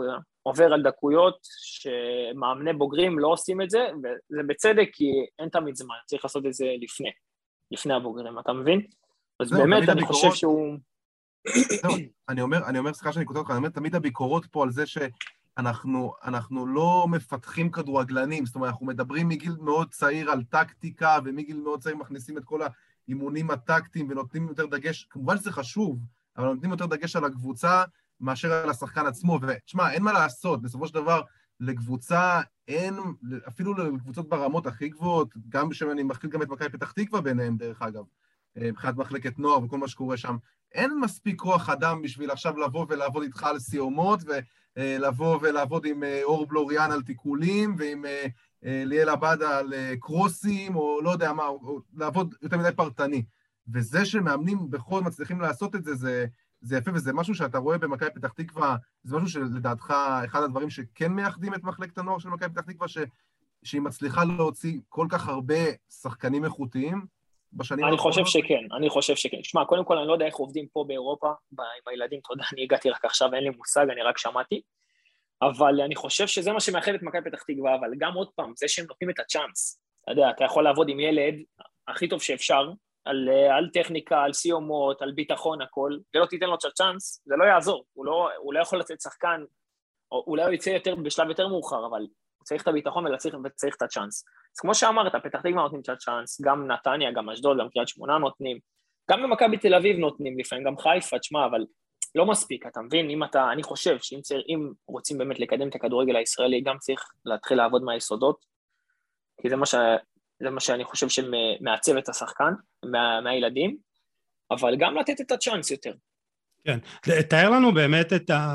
עובר על דקויות שמאמני בוגרים לא עושים את זה, וזה בצדק כי אין תמיד זמן, צריך לעשות את זה לפני הבוגרים, אתה מבין? אז באמת אני חושב שהוא... זהו, אני אומר, סליחה שאני כותב אותך, אני אומר תמיד הביקורות פה על זה שאנחנו לא מפתחים כדורגלנים, זאת אומרת, אנחנו מדברים מגיל מאוד צעיר על טקטיקה, ומגיל מאוד צעיר מכניסים את כל האימונים הטקטיים, ונותנים יותר דגש, כמובן שזה חשוב, אבל נותנים יותר דגש על הקבוצה, מאשר על השחקן עצמו, ותשמע, אין מה לעשות, בסופו של דבר, לקבוצה אין, אפילו לקבוצות ברמות הכי גבוהות, גם שאני מכיל גם את מכבי פתח תקווה ביניהם, דרך אגב, מבחינת מחלקת נוער וכל מה שקורה שם, אין מספיק כוח אדם בשביל עכשיו לבוא ולעבוד איתך על סיומות, ולבוא ולעבוד עם אור בלוריאן על תיקולים, ועם ליאל עבדה על קרוסים, או לא יודע מה, או לעבוד יותר מדי פרטני. וזה שמאמנים בכל מצליחים לעשות את זה, זה יפה, וזה משהו שאתה רואה במכבי פתח תקווה, זה משהו שלדעתך אחד הדברים שכן מייחדים את מחלקת הנוער של מכבי פתח תקווה, שהיא מצליחה להוציא כל כך הרבה שחקנים איכותיים בשנים האחרונות? אני חושב שכן. תשמע, קודם כל אני לא יודע איך עובדים פה באירופה, עם הילדים, אתה יודע, אני הגעתי רק עכשיו, אין לי מושג, אני רק שמעתי, אבל אני חושב שזה מה שמאחד את מכבי פתח תקווה, אבל גם עוד פעם, זה שהם נותנים את הצ'אנס, אתה יודע, אתה יכול לעבוד עם ילד הכי טוב שאפשר, על טכניקה, על סיומות, על ביטחון, הכל, ולא תיתן לו צ'אנס, זה לא יעזור, הוא לא יכול לצאת שחקן, או אולי הוא יצא בשלב יותר מאוחר, אבל הוא צריך את הביטחון וצריך את הצ'אנס. אז כמו שאמרת, פתח תקווה נותנים את הצ'אנס, גם נתניה, גם אשדוד, גם קריית שמונה נותנים, גם במכבי תל אביב נותנים, לפעמים גם חיפה, תשמע, אבל לא מספיק, אתה מבין? אני חושב שאם רוצים באמת לקדם את הכדורגל הישראלי, גם צריך להתחיל לעבוד מהיסודות, כי זה מה שאני חושב שמעצב את השחקן, מהילדים, אבל גם לתת את הצ'אנס יותר. כן, תאר לנו באמת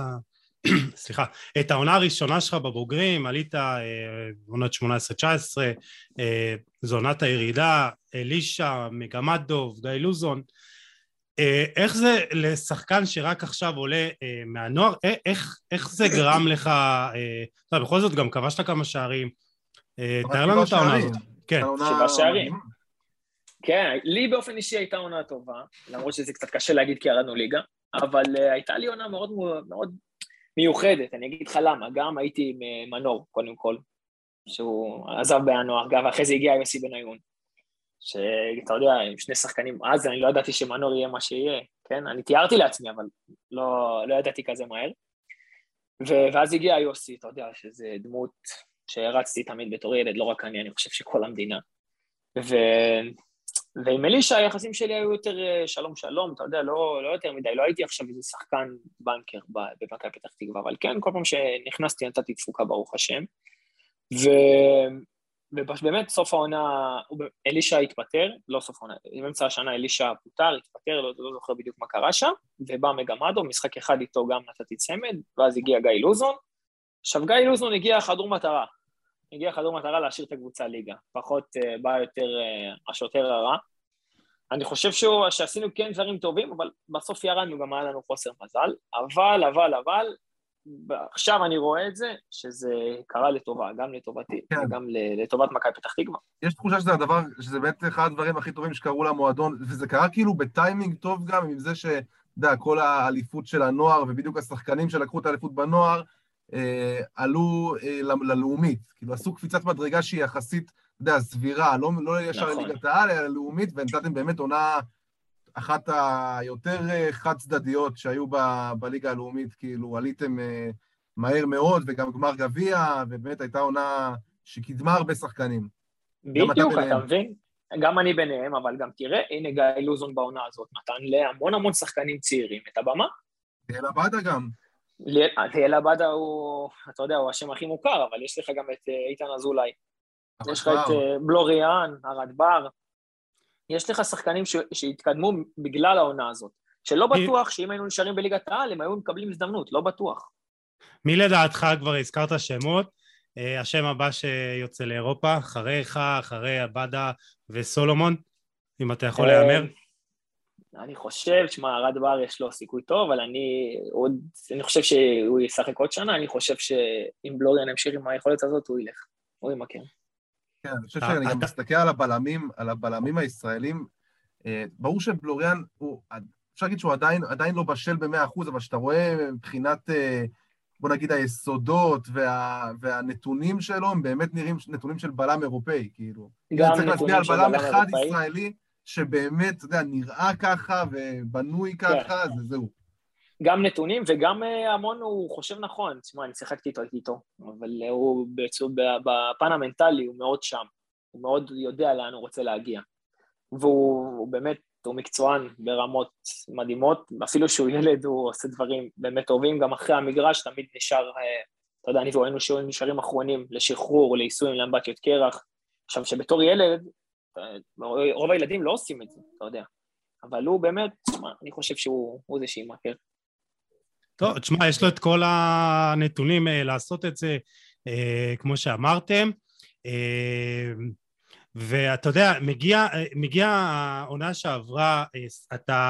את העונה הראשונה שלך בבוגרים, עלית עונת 18-19, זו עונת הירידה, אלישע, מגמת דוב, גיא לוזון, איך זה לשחקן שרק עכשיו עולה מהנוער, איך זה גרם לך, בכל זאת גם כבשת כמה שערים, תאר לנו את העונה הזאת. כן. 7 שערים. כן, לי באופן אישי הייתה עונה טובה, למרות שזה קצת קשה להגיד כי ירדנו ליגה, אבל הייתה לי עונה מאוד מאוד מיוחדת, אני אגיד לך למה, גם הייתי עם מנור, קודם כל, שהוא עזב בינואר, ואחרי זה הגיע יוסי בניון, שאתה יודע, עם שני שחקנים, אז אני לא ידעתי שמנור יהיה מה שיהיה, כן? אני תיארתי לעצמי, אבל לא ידעתי כזה מהר, ואז הגיע יוסי, אתה יודע, שזה דמות שהרצתי תמיד בתור ילד, לא רק אני חושב שכל המדינה, ועם אלישע היחסים שלי היו יותר שלום, אתה יודע, לא יותר מדי, לא הייתי עכשיו איזה שחקן בנקר במכבי פתח תקווה, אבל כן, כל פעם שנכנסתי נתתי תפוקה ברוך השם, ובאמת סוף העונה, אלישע התפטר, לא סוף העונה, באמצע השנה אלישע פוטר, התפטר, לא זוכר בדיוק מה קרה שם, ובא מגמדו, משחק אחד איתו גם נתתי צמד, ואז הגיע גיא לוזון, עכשיו גיא לוזון הגיע חדור מטרה להשאיר את הקבוצה ליגה, פחות בא יותר השוטר הרע. אני חושב שעשינו כן דברים טובים, אבל בסוף ירדנו, גם היה לנו חוסר מזל, אבל, עכשיו אני רואה את זה, שזה קרה לטובה, גם לטובתי, כן. וגם לטובת מכבי פתח תקווה. יש תחושה שזה באמת אחד הדברים הכי טובים שקרו למועדון, וזה קרה כאילו בטיימינג טוב גם, עם זה כל האליפות של הנוער, ובדיוק השחקנים שלקחו את האליפות בנוער, עלו ללאומית, כאילו עשו קפיצת מדרגה שהיא יחסית, סבירה, לא ישר לליגת העל, אלא לאומית, ונתתם באמת עונה אחת היותר חד צדדיות שהיו בליגה הלאומית, כאילו עליתם מהר מאוד, וגם גמר גביע, ובאמת הייתה עונה שקידמה הרבה שחקנים. בדיוק, אתה מבין? גם אני ביניהם, אבל גם תראה, הנה גיא לוזון בעונה הזאת, נתן להמון שחקנים צעירים את הבמה. ליאל עבדה גם. ליאל עבדה הוא, אתה יודע, הוא השם הכי מוכר, אבל יש לך גם את איתן אזולאי, יש לך את בלוריאן, ארד בר, יש לך שחקנים שהתקדמו בגלל העונה הזאת, שלא בטוח שאם היינו נשארים בליגת העל, הם היו מקבלים הזדמנות, לא בטוח. מי לדעתך כבר הזכרת שמות, השם הבא שיוצא לאירופה, אחריך, אחרי עבדה וסולומון, אם אתה יכול להיאמר? אני חושב, שמה, ארד בר יש לו סיכוי טוב, אבל אני חושב שהוא ישחק עוד שנה, אני חושב שאם בלוריאן ימשיך עם היכולת הזאת, הוא ילך, הוא ימכר. כן, אני חושב שאני גם מסתכל על הבלמים הישראלים, ברור שבלוריאן, אפשר להגיד שהוא עדיין לא בשל ב100%, אבל שאתה רואה מבחינת בוא נגיד, היסודות והנתונים שלו, הם באמת נראים נתונים של בלם אירופאי, כאילו. גם צריך להצביע על נתונים של בלם בלם אחד אירופאי. ישראלי, שבאמת, אתה יודע, נראה ככה ובנוי ככה, אז זהו. גם נתונים וגם המון הוא חושב נכון, תשמע, אני שיחקתי איתו, אבל הוא בפן המנטלי הוא מאוד שם, הוא מאוד יודע לאן הוא רוצה להגיע, והוא באמת, הוא מקצוען ברמות מדהימות, אפילו שהוא ילד הוא עושה דברים באמת טובים, גם אחרי המגרש תמיד נשאר, אתה יודע, אני והיינו נשארים אחרונים לשחרור, לעיסוי עם לאמבטיות קרח, עכשיו שבתור ילד, רוב הילדים לא עושים את זה, אתה יודע, אבל הוא באמת, אני חושב שהוא זה שימכר. טוב, תשמע, יש לו את כל הנתונים לעשות את זה, כמו שאמרתם, ואתה יודע, מגיע העונה שעברה, אתה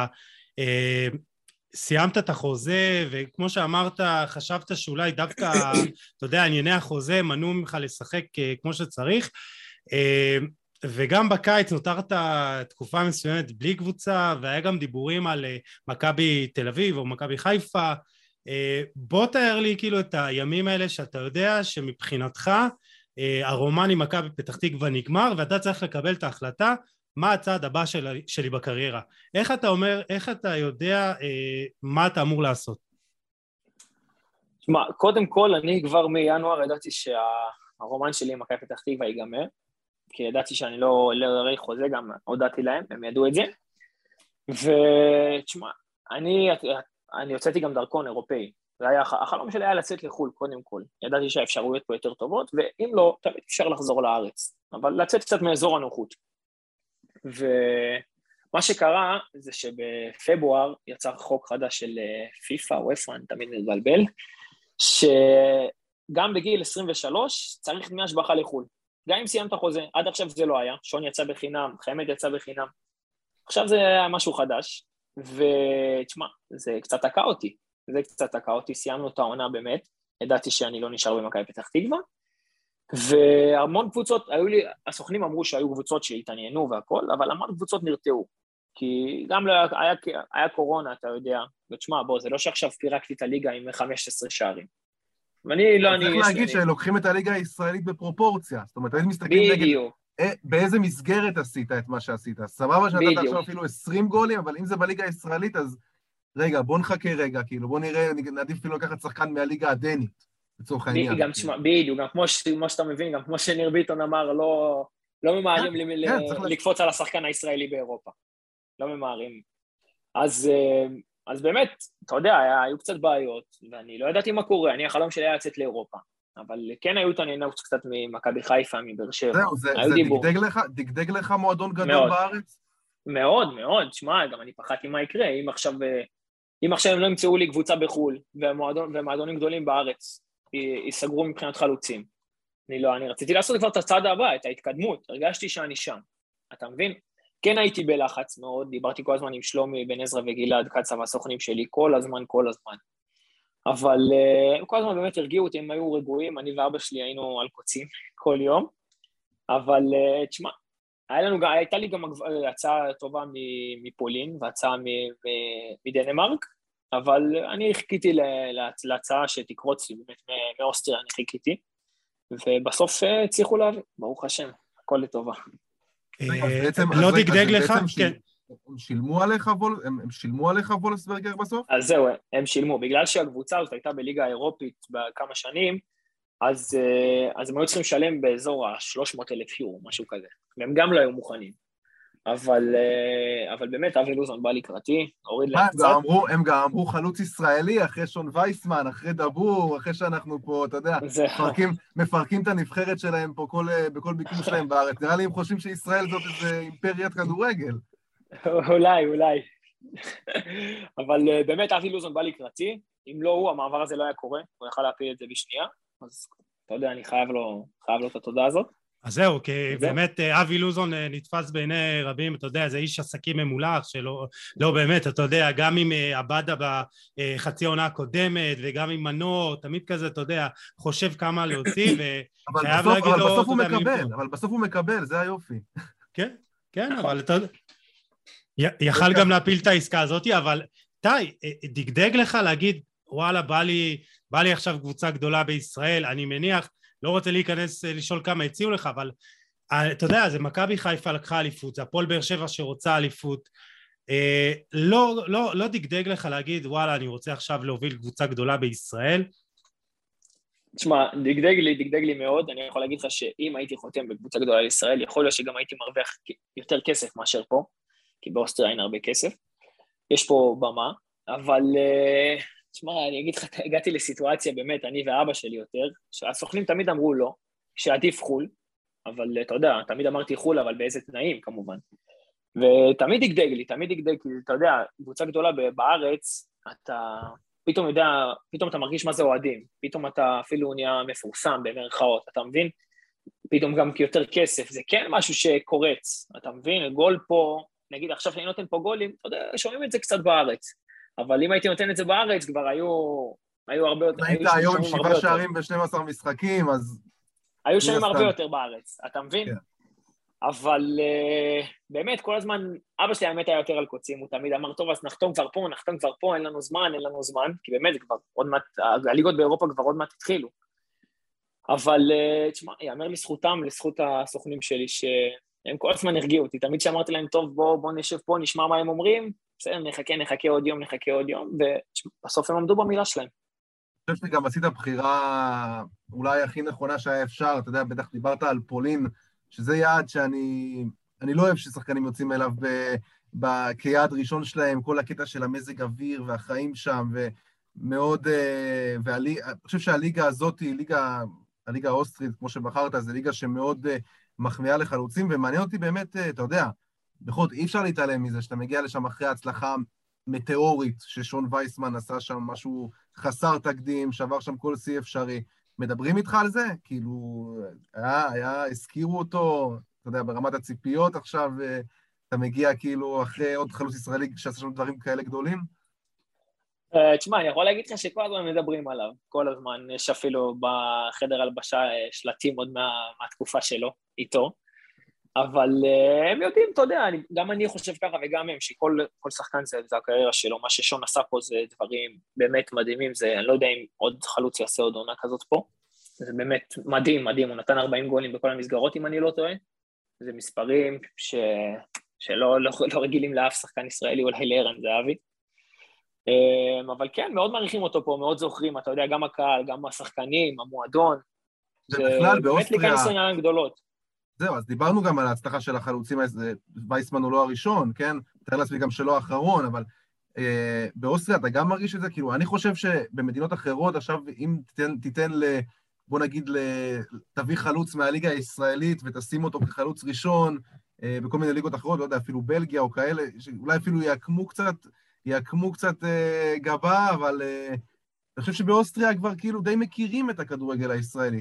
סיימת את החוזה, וכמו שאמרת, חשבת שאולי דווקא, אתה יודע, ענייני החוזה מנעו ממך לשחק כמו שצריך, וגם בקיץ נותרת תקופה מסוימת בלי קבוצה, והיה גם דיבורים על מכבי תל אביב או מכבי חיפה. בוא תאר לי כאילו את הימים האלה שאתה יודע שמבחינתך הרומן עם מכבי פתח תקווה נגמר, ואתה צריך לקבל את ההחלטה מה הצעד הבא שלי בקריירה. איך אתה אומר, איך אתה יודע מה אתה אמור לעשות? תשמע, קודם כל אני כבר מינואר ידעתי שהרומן שלי עם מכבי פתח תקווה ייגמר, כי ידעתי שאני לא אראה חוזה, גם הודעתי להם, הם ידעו את זה. ותשמע, אני יוצאתי גם דרכון אירופאי, החלום שלי היה לצאת לחול קודם כל, ידעתי שהאפשרויות פה יותר טובות, ואם לא, תמיד אפשר לחזור לארץ, אבל לצאת קצת מאזור הנוחות. ומה שקרה זה שבפברואר יצא חוק חדש של פיפה או איפה, אני תמיד מתבלבל, שגם בגיל 23 צריך דמי השבחה לחול, גם אם סיימת חוזה, עד עכשיו זה לא היה, שון יצא בחינם, חמד יצא בחינם, עכשיו זה היה משהו חדש, ותשמע, זה קצת תקע אותי, סיימנו את העונה באמת, ידעתי שאני לא נשאר במכבי פתח תקווה, והמון קבוצות, הסוכנים אמרו שהיו קבוצות שהתעניינו והכל, אבל המון קבוצות נרתעו, כי גם היה קורונה, אתה יודע, ותשמע, בוא, זה לא שעכשיו פירקתי את הליגה עם 15 שערים. ואני לא, צריך להגיד שלוקחים את הליגה הישראלית בפרופורציה, זאת אומרת, הייתם מסתכלים נגד, באיזה מסגרת עשית את מה שעשית, סבבה שנתת עכשיו אפילו 20 גולים, אבל אם זה בליגה הישראלית, אז רגע, בוא נחכה רגע, כאילו, בוא נראה, נעדיף אפילו לקחת שחקן מהליגה הדנית, לצורך העניין. גם כמו שאתה מבין, גם כמו שניר ביטון אמר, לא ממהרים לקפוץ על השחקן הישראלי באירופה. לא ממהרים. אז באמת, אתה יודע, היו קצת בעיות, ואני לא ידעתי מה קורה, החלום שלי היה לצאת לאירופה, אבל כן היו תעניינות קצת ממכבי חיפה, מבאר שבע. זהו, זה דגדג לך מועדון גדול בארץ? מאוד, מאוד, שמע, גם אני פחדתי מה יקרה, אם עכשיו הם לא ימצאו לי קבוצה בחול, ומועדונים גדולים בארץ, ייסגרו מבחינת חלוצים. אני רציתי לעשות כבר את הצעד הבא, את ההתקדמות, הרגשתי שאני שם. אתה מבין? כן הייתי בלחץ מאוד, דיברתי כל הזמן עם שלומי, בן עזרא וגלעד, קצב הסוכנים שלי, כל הזמן. אבל כל הזמן באמת הרגיעו אותי, הם היו רגועים, אני ואבא שלי היינו על קוצים כל יום, אבל תשמע, הייתה לי גם הצעה טובה מפולין, והצעה מדנמרק, אבל אני חיכיתי להצעה שתקרוץ לי, באמת מאוסטריה אני חיכיתי, ובסוף הצליחו להביא, ברוך השם, הכל לטובה. לא דגדג לך? כן. הם שילמו עליך וולפסברגר בסוף? אז זהו, הם שילמו, בגלל שהקבוצה הזאת הייתה בליגה האירופית בכמה שנים, אז הם היו צריכים לשלם באזור ה-300,000 יורו, משהו כזה, והם גם לא היו מוכנים, אבל באמת אבי לוזון בא לקראתי, הוריד להם קצת. הם גם אמרו חלוץ ישראלי, אחרי שון וייסמן, אחרי דבור, אחרי שאנחנו פה, אתה יודע, מפרקים את הנבחרת שלהם פה בכל ביקור שלהם בארץ, נראה לי הם חושבים שישראל זאת איזה אימפריית כדורגל. אולי. אבל באמת אבי לוזון בא לקראתי, אם לא הוא, המעבר הזה לא היה קורה, הוא יכל להפיל את זה בשנייה, אז אתה יודע, אני חייב לו את התודה הזאת. אז זהו, כי באמת אבי לוזון נתפס בעיני רבים, אתה יודע, זה איש עסקים ממולח, לא באמת, אתה יודע, גם עם עבדה בחצי עונה הקודמת, וגם עם מנור, תמיד כזה, אתה יודע, חושב כמה להוציא, וחייב להגיד לו... אבל בסוף הוא מקבל, זה היופי. כן, אבל אתה יודע, יכל גם להפיל את העסקה הזאת, אבל די, דגדג לך להגיד, וואלה, בא לי עכשיו קבוצה גדולה בישראל, אני מניח, לא רוצה להיכנס לשאול כמה הציעו לך, אבל אתה יודע, זה מכבי חיפה לקחה אליפות, זה הפועל באר שבע שרוצה אליפות, לא דגדג לך להגיד, וואלה, אני רוצה עכשיו להוביל קבוצה גדולה בישראל? תשמע, דגדג לי מאוד, אני יכול להגיד לך שאם הייתי חותם בקבוצה גדולה לישראל, יכול להיות שגם הייתי מרוויח יותר כסף מאשר פה, כי באוסטריה אין הרבה כסף, יש פה במה, אבל תשמע, אני אגיד לך, הגעתי לסיטואציה באמת, אני ואבא שלי יותר, שהסוכנים תמיד אמרו לא, שעדיף חול, אבל אתה יודע, תמיד אמרתי חול, אבל באיזה תנאים כמובן, ותמיד דגדג לי, כי אתה יודע, קבוצה גדולה בארץ, אתה פתאום אתה מרגיש מה זה אוהדים, פתאום אתה אפילו נהיה מפורסם במרכאות, אתה מבין? פתאום גם יותר כסף, זה כן משהו שקורץ, אתה מבין? גול פה, נגיד עכשיו שאני נותן פה גולים, אתה יודע, שומעים את זה קצת בארץ, אבל אם הייתי נותן את זה בארץ, כבר היו הרבה יותר, היית היום עם 7 שערים ב-12 משחקים, אז... היו שומעים הרבה יותר בארץ, אתה מבין? כן. אבל באמת, כל הזמן, אבא שלי האמת היה יותר על קוצים, הוא תמיד אמר, טוב, אז נחתום כבר פה, אין לנו זמן, כי באמת זה כבר עוד מעט, הליגות באירופה כבר עוד מעט התחילו. אבל, תשמע, יאמר לזכותם, לזכות הסוכנים שלי, שהם כל הזמן הרגיעו אותי, תמיד שאמרתי להם, טוב, בוא נשב פה, נשמע מה הם אומרים, בסדר, נחכה עוד יום, ובסוף הם עמדו במילה שלהם. אני חושב שגם עשית בחירה אולי הכי נכונה שהיה אפשר, אתה יודע, בטח דיברת על פולין, שזה יעד שאני לא אוהב ששחקנים יוצאים אליו כיעד ראשון שלהם, כל הקטע של המזג אוויר והחיים שם, ומאוד, אני חושב שהליגה הזאת היא הליגה האוסטרית, כמו שבחרת, זה ליגה שמאוד מחמיאה לחלוצים, ומעניין אותי באמת, אתה יודע, בכל זאת, אי אפשר להתעלם מזה, שאתה מגיע לשם אחרי הצלחה מטאורית, ששון וייסמן עשה שם משהו חסר תקדים, שעבר שם כל שיא אפשרי, מדברים איתך על זה? כאילו, הזכירו אותו, אתה יודע, ברמת הציפיות עכשיו, אתה מגיע כאילו אחרי עוד חלוץ ישראלי שעשה שם דברים כאלה גדולים? תשמע, אני יכול להגיד לך שכל הזמן מדברים עליו, כל הזמן, יש אפילו בחדר הלבשה שלטים עוד מהתקופה שלו, איתו, אבל הם יודעים, אתה יודע, גם אני חושב ככה וגם הם, שכל שחקן זה הקריירה שלו, מה ששון עשה פה זה דברים באמת מדהימים, אני לא יודע אם עוד חלוץ יעשה עוד עונה כזאת פה, זה באמת מדהים, הוא נתן 40 גולים בכל המסגרות אם אני לא טועה, זה מספרים שלא רגילים לאף שחקן ישראלי, אולי לערן זהבי, אבל כן, מאוד מעריכים אותו פה, מאוד זוכרים, אתה יודע, גם הקהל, גם השחקנים, המועדון, זה בכלל באוסטריה, באמת להיכנס לעיניים גדולות. זהו, אז דיברנו גם על ההצלחה של החלוצים, וייסמן הוא לא הראשון, כן? תאר לעצמי גם שלא האחרון, אבל באוסטריה אתה גם מרגיש את זה? כאילו, אני חושב שבמדינות אחרות, עכשיו אם תיתן בוא נגיד, תביא חלוץ מהליגה הישראלית ותשים אותו כחלוץ ראשון, בכל מיני ליגות אחרות, לא יודע, אפילו בלגיה או כאלה, שאולי אפילו יעקמו קצת גבה, אבל אני חושב שבאוסטריה כבר כאילו די מכירים את הכדורגל הישראלי.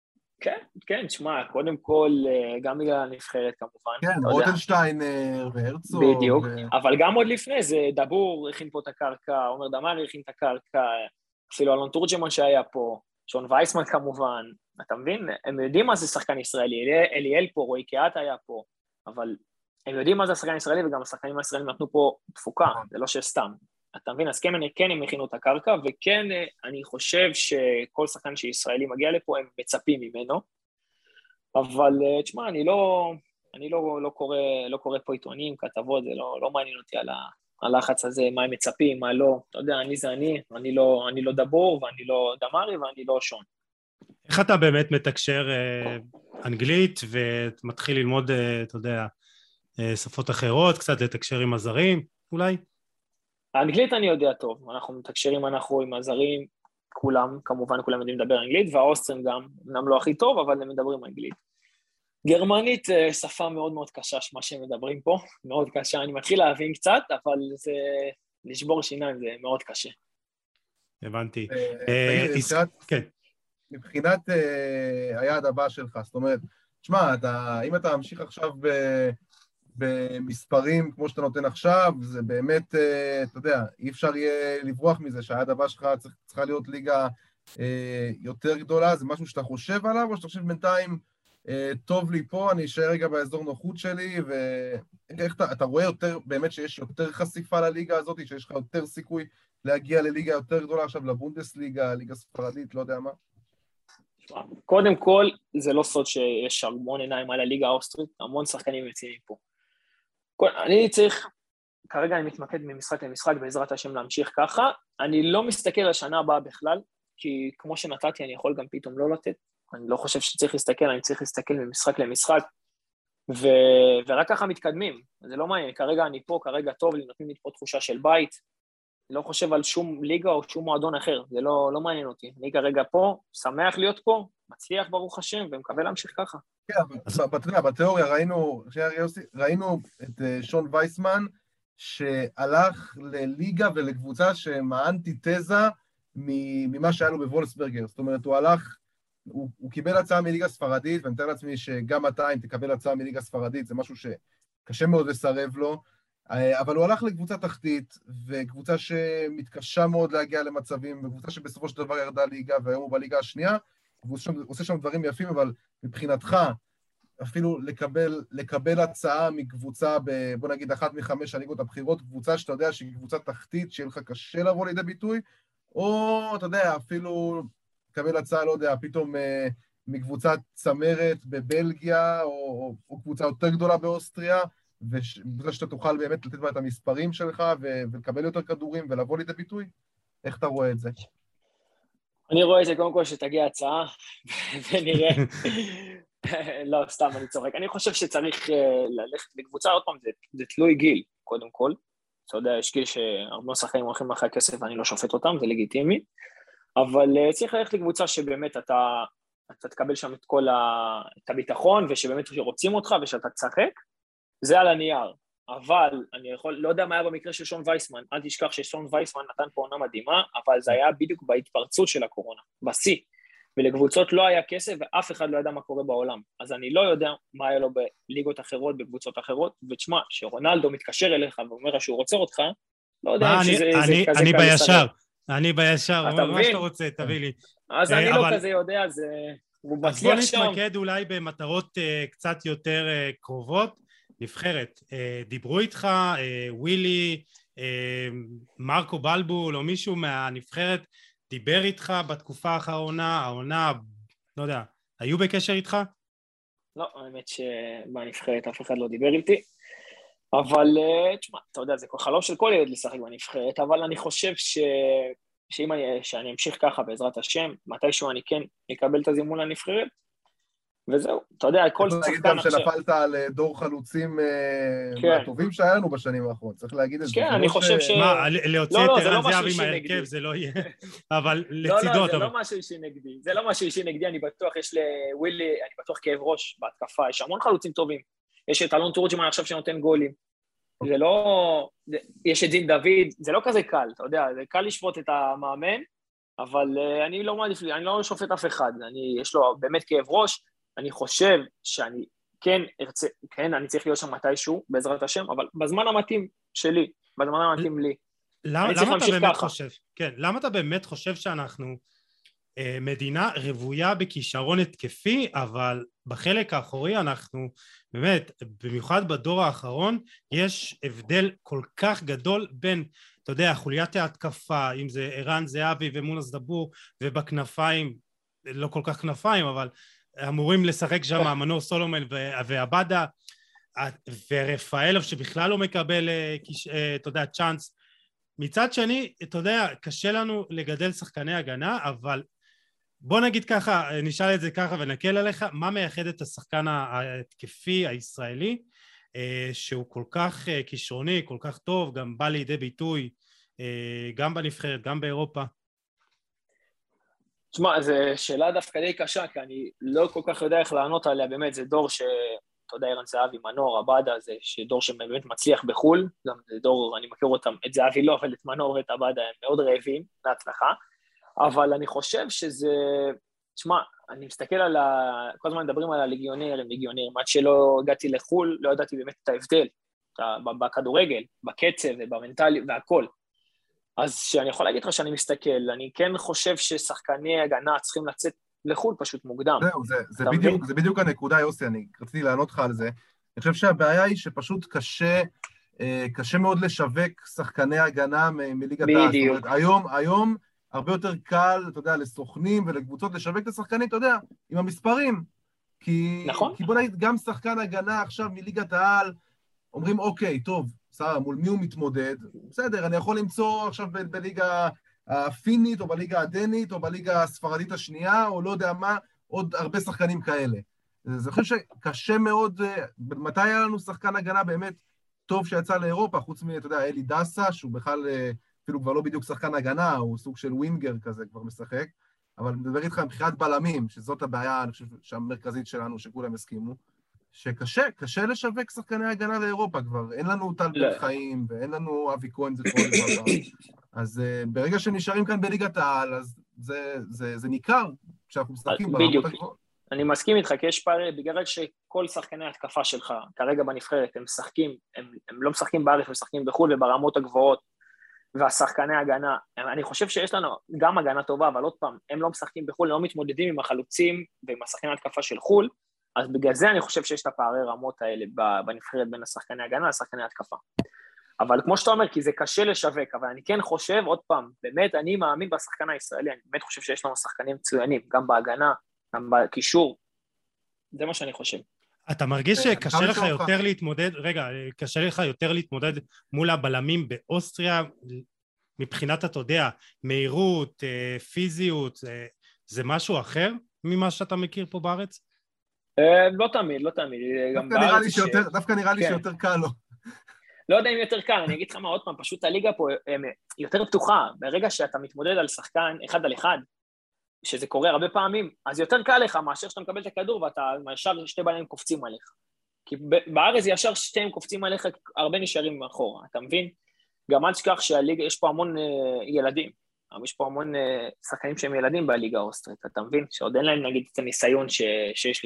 כן, תשמע, קודם כל, גם בגלל הנבחרת כמובן. כן, רוטנשטיינר והרצוג. בדיוק, אבל גם עוד לפני זה, דבור הכין פה את הקרקע, עומר דמארי הכין את הקרקע, אפילו אלון תורג'מן שהיה פה, שון וייסמן כמובן, אתה מבין? הם יודעים מה זה שחקן ישראלי, אליאל פה, רועי קיאט היה פה, אבל הם יודעים מה זה השחקן ישראלי, וגם השחקנים הישראלים נתנו פה תפוקה, זה לא שסתם. אתה מבין? אז כן הם הכינו את הקרקע, וכן אני חושב שכל שחקן שישראלי מגיע לפה, הם מצפים ממנו, אבל תשמע, אני לא קורא פה עיתונים, כתבות, זה לא מעניין אותי על הלחץ הזה, מה הם מצפים, מה לא, אתה יודע, אני לא דבור, ואני לא דמרי, ואני לא שון. איך אתה באמת מתקשר אנגלית, ומתחיל ללמוד, אתה יודע, שפות אחרות, קצת לתקשר עם הזרים, אולי? האנגלית אני יודע טוב, אנחנו מתקשרים עם הזרים, כמובן כולם יודעים לדבר אנגלית, והאוסטרים גם, אמנם לא הכי טוב, אבל הם מדברים אנגלית. גרמנית, שפה מאוד מאוד קשה, מה שהם מדברים פה, מאוד קשה, אני מתחיל להבין קצת, אבל זה לשבור שיניים, זה מאוד קשה. הבנתי. מבחינת היעד הבא שלך, זאת אומרת, תשמע, אם אתה ממשיך עכשיו במספרים כמו שאתה נותן עכשיו, זה באמת, אתה יודע, אי אפשר יהיה לברוח מזה, שהיעד הבא שלך צריכה להיות ליגה יותר גדולה, זה משהו שאתה חושב עליו, או שאתה חושב בינתיים טוב לי פה, אני אשאר רגע באזור נוחות שלי, ואיך אתה רואה יותר, באמת שיש יותר חשיפה לליגה הזאת, שיש לך יותר סיכוי להגיע לליגה יותר גדולה עכשיו, לבונדסליגה, ליגה ספרדית, לא יודע מה? קודם כל, זה לא סוד שיש המון עיניים על הליגה האוסטרית, המון שחקנים מציינים פה. אני צריך, כרגע אני מתמקד ממשחק למשחק, בעזרת השם להמשיך ככה, אני לא מסתכל על השנה הבאה בכלל, כי כמו שנתתי אני יכול גם פתאום לא לתת, אני לא חושב שצריך להסתכל, אני צריך להסתכל ממשחק למשחק, ורק ככה מתקדמים, זה לא מעניין, כרגע אני פה, כרגע טוב לי, נותנים לי פה תחושה של בית, לא חושב על שום ליגה או שום מועדון אחר, זה לא מעניין אותי, אני כרגע פה, שמח להיות פה, מצליח ברוך השם, ומקווה להמשיך ככה. כן, בתיאוריה ראינו את שון וייסמן, שהלך לליגה ולקבוצה שהם האנטיתזה ממה שהיה לו בוולסברגר, זאת אומרת, הוא קיבל הצעה מליגה ספרדית, ואני מתאר לעצמי שגם אתה, אם תקבל הצעה מליגה ספרדית, זה משהו שקשה מאוד לסרב לו, אבל הוא הלך לקבוצה תחתית, וקבוצה שמתקשה מאוד להגיע למצבים, וקבוצה שבסופו של דבר ירדה ליגה, והיום הוא בליגה השנייה, והוא עושה שם דברים יפים, אבל מבחינתך, אפילו לקבל הצעה מקבוצה, בוא נגיד, 1 מ-5 הליגות הבחירות, קבוצה שאתה יודע שהיא קבוצה תחתית, שיהיה לך קשה לבוא לידי ביטוי, או, אתה יודע, אפילו לקבל הצעה, לא יודע, פתאום מקבוצת צמרת בבלגיה, או קבוצה יותר גדולה באוסטריה, ובזה שאתה תוכל באמת לתת בה את המספרים שלך, ולקבל יותר כדורים, ולבוא לידי ביטוי? איך אתה רואה את זה? אני רואה את זה קודם כל שתגיע הצעה, ונראה. לא, סתם, אני צוחק. אני חושב שצריך ללכת בקבוצה, עוד פעם, זה תלוי גיל, קודם כל. אתה יודע, יש גיל שהרבה שחקנים הולכים אחרי הכסף, ואני לא שופט אותם, זה לגיטימי. אבל צריך ללכת לקבוצה שבאמת אתה תקבל שם את הביטחון, ושבאמת רוצים אותך, ושאתה תשחק. זה על הנייר. אבל אני לא יודע מה היה במקרה של שון וייסמן, אל תשכח ששון וייסמן נתן פה עונה מדהימה, אבל זה היה בדיוק בהתפרצות של הקורונה, בשיא, ולקבוצות לא היה כסף, ואף אחד לא ידע מה קורה בעולם, אז אני לא יודע מה היה לו בליגות אחרות, בקבוצות אחרות, ותשמע, שרונלדו מתקשר אליך ואומר שהוא רוצה אותך, לא יודע אם שזה כזה קל. אני בישר, מה שאתה רוצה, תביא לי. אז אני לא כזה יודע, הוא מצליח שם. אז בוא נתמקד אולי במטרות קצת יותר קרובות, נבחרת, דיברו איתך, ווילי, מרקו בלבול או מישהו מהנבחרת דיבר איתך בתקופה האחרונה, העונה, לא יודע, היו בקשר איתך? לא, האמת שבנבחרת אף אחד לא דיבר איתי, אבל תשמע, אתה יודע, זה חלום של כל ילד לשחק בנבחרת, אבל אני חושב שאני אמשיך ככה בעזרת השם, מתישהו אני כן אקבל את הזימון לנבחרת, וזהו, אתה יודע, כל שחקן עכשיו... צריך להגיד גם שנפלת על דור חלוצים מהטובים שהיה לנו בשנים האחרונות, צריך להגיד את זה. כן, אני חושב ש... מה, להוציא את ערן זהבי מהרכב, זה לא יהיה, אבל לצידו... לא, זה לא משהו אישי נגדי, זה לא משהו אישי נגדי, אני בטוח, יש לווילי, אני בטוח כאב ראש בהתקפה, יש המון חלוצים טובים, יש את אלון תורג'מן עכשיו שנותן גולים, זה לא... יש את דין דוד, זה לא כזה קל, אתה יודע, זה קל לשפוט את המאמן, אבל אני לא מעדיף לי, אני לא שופט אף אחד, יש לו באמת כאב ראש, אני חושב שאני כן ארצה, כן, אני צריך להיות שם מתישהו, בעזרת השם, אבל בזמן המתאים שלי, בזמן המתאים לי. למה אתה באמת חושב? כן, למה אתה באמת חושב שאנחנו מדינה רבויה בכישרון התקפי, אבל בחלק האחורי אנחנו, באמת, במיוחד בדור האחרון, יש הבדל כל כך גדול בין, אתה יודע, חוליית ההתקפה, אם זה ערן זהבי ומונס דבור, ובכנפיים, לא כל כך כנפיים, אבל אמורים לשחק שם מנור סולומון ועבדה, ורפאלוב שבכלל לא מקבל, אתה יודע, צ'אנס. מצד שני, אתה יודע, קשה לנו לגדל שחקני הגנה, אבל בוא נגיד ככה, נשאל את זה ככה ונקל עליך, מה מייחד את השחקן ההתקפי הישראלי, שהוא כל כך כישרוני, כל כך טוב, גם בא לידי ביטוי, גם בנבחרת, גם באירופה? תשמע, זו שאלה דווקא די קשה, כי אני לא כל כך יודע איך לענות עליה, באמת, זה דור אתה יודע, ערן זהבי, מנור, עבדה, זה דור שבאמת מצליח בחול, גם זה דור, אני מכיר אותם, את זהבי לא, אבל את מנור ואת עבדה הם מאוד רעבים, להצלחה, אבל אני חושב שזה, תשמע, אני מסתכל כל הזמן מדברים על הליגיונרים, עד שלא הגעתי לחול, לא ידעתי באמת את ההבדל, בכדורגל, בקצב ובמנטלי והכל, אז שאני יכול להגיד לך שאני מסתכל, אני כן חושב ששחקני הגנה צריכים לצאת לחול פשוט מוקדם. זהו, זה בדיוק הנקודה, יוסי, אני רציתי לענות לך על זה. אני חושב שהבעיה היא שפשוט קשה מאוד לשווק שחקני הגנה מליגת העל. בדיוק. זאת אומרת, היום הרבה יותר קל, אתה יודע, לסוכנים ולקבוצות לשווק את השחקנים, אתה יודע, עם המספרים. נכון. כי בוא נגיד, גם שחקן הגנה עכשיו מליגת העל, אומרים, אוקיי, טוב, סבבה, מול מי הוא מתמודד? בסדר, אני יכול למצוא עכשיו בליגה הפינית, או בליגה הדנית, או בליגה הספרדית השנייה, או לא יודע מה, עוד הרבה שחקנים כאלה. אז אני חושב שקשה מאוד, מתי היה לנו שחקן הגנה באמת טוב שיצא לאירופה, חוץ אתה יודע, אלי דסה, שהוא בכלל אפילו כבר לא בדיוק שחקן הגנה, הוא סוג של ווינגר כזה כבר משחק, אבל אני מדבר איתך מבחינת בלמים, שזאת הבעיה, אני חושב, שהמרכזית שלנו, שכולם הסכימו, שקשה לשווק שחקני הגנה לאירופה כבר, אין לנו טל בן חיים, ואין לנו אבי כהן זכרו לברכה, אז ברגע שנשארים כאן בליגת העל, אז זה ניכר, כשאנחנו משחקים ברמות הגבוהות. אני מסכים איתך, כי יש פער, בגלל שכל שחקני ההתקפה שלך, כרגע בנבחרת, הם לא משחקים בארץ, הם משחקים בחו"ל וברמות הגבוהות, והשחקני הגנה, אני חושב שיש לנו גם הגנה טובה, אבל עוד פעם, הם לא משחקים בחו"ל, לא מתמודדים עם החלוצים ועם השחקני ההתקפה של חו"ל, אז בגלל זה אני חושב שיש את הפערי רמות האלה בנבחרת בין השחקני הגנה לשחקני ההתקפה. אבל כמו שאתה אומר, כי זה קשה לשווק, אבל אני כן חושב, עוד פעם, באמת אני מאמין בשחקן הישראלי, אני באמת חושב שיש לנו שחקנים מצוינים, גם בהגנה, גם בקישור, זה מה שאני חושב. אתה מרגיש שקשה לך יותר להתמודד, קשה לך יותר להתמודד מול הבלמים באוסטריה, מבחינת, אתה יודע, מהירות, פיזיות, זה משהו אחר ממה שאתה מכיר פה בארץ? לא תמיד. דווקא נראה לי שיותר קל לו. לא יודע אם יותר קל, אני אגיד לך מה, עוד פעם, פשוט הליגה פה יותר פתוחה, ברגע שאתה מתמודד על שחקן אחד על אחד, שזה קורה הרבה פעמים, אז יותר קל לך מאשר שאתה מקבל את הכדור ואתה ישר שתי בלמים קופצים עליך. כי בארץ ישר שתיהם קופצים עליך, הרבה נשארים מאחורה, אתה מבין? גם אל תשכח שהליגה, יש פה המון ילדים, יש פה המון שחקנים שהם ילדים בליגה האוסטרית, אתה מבין? שעוד אין להם נגיד את הניסיון שיש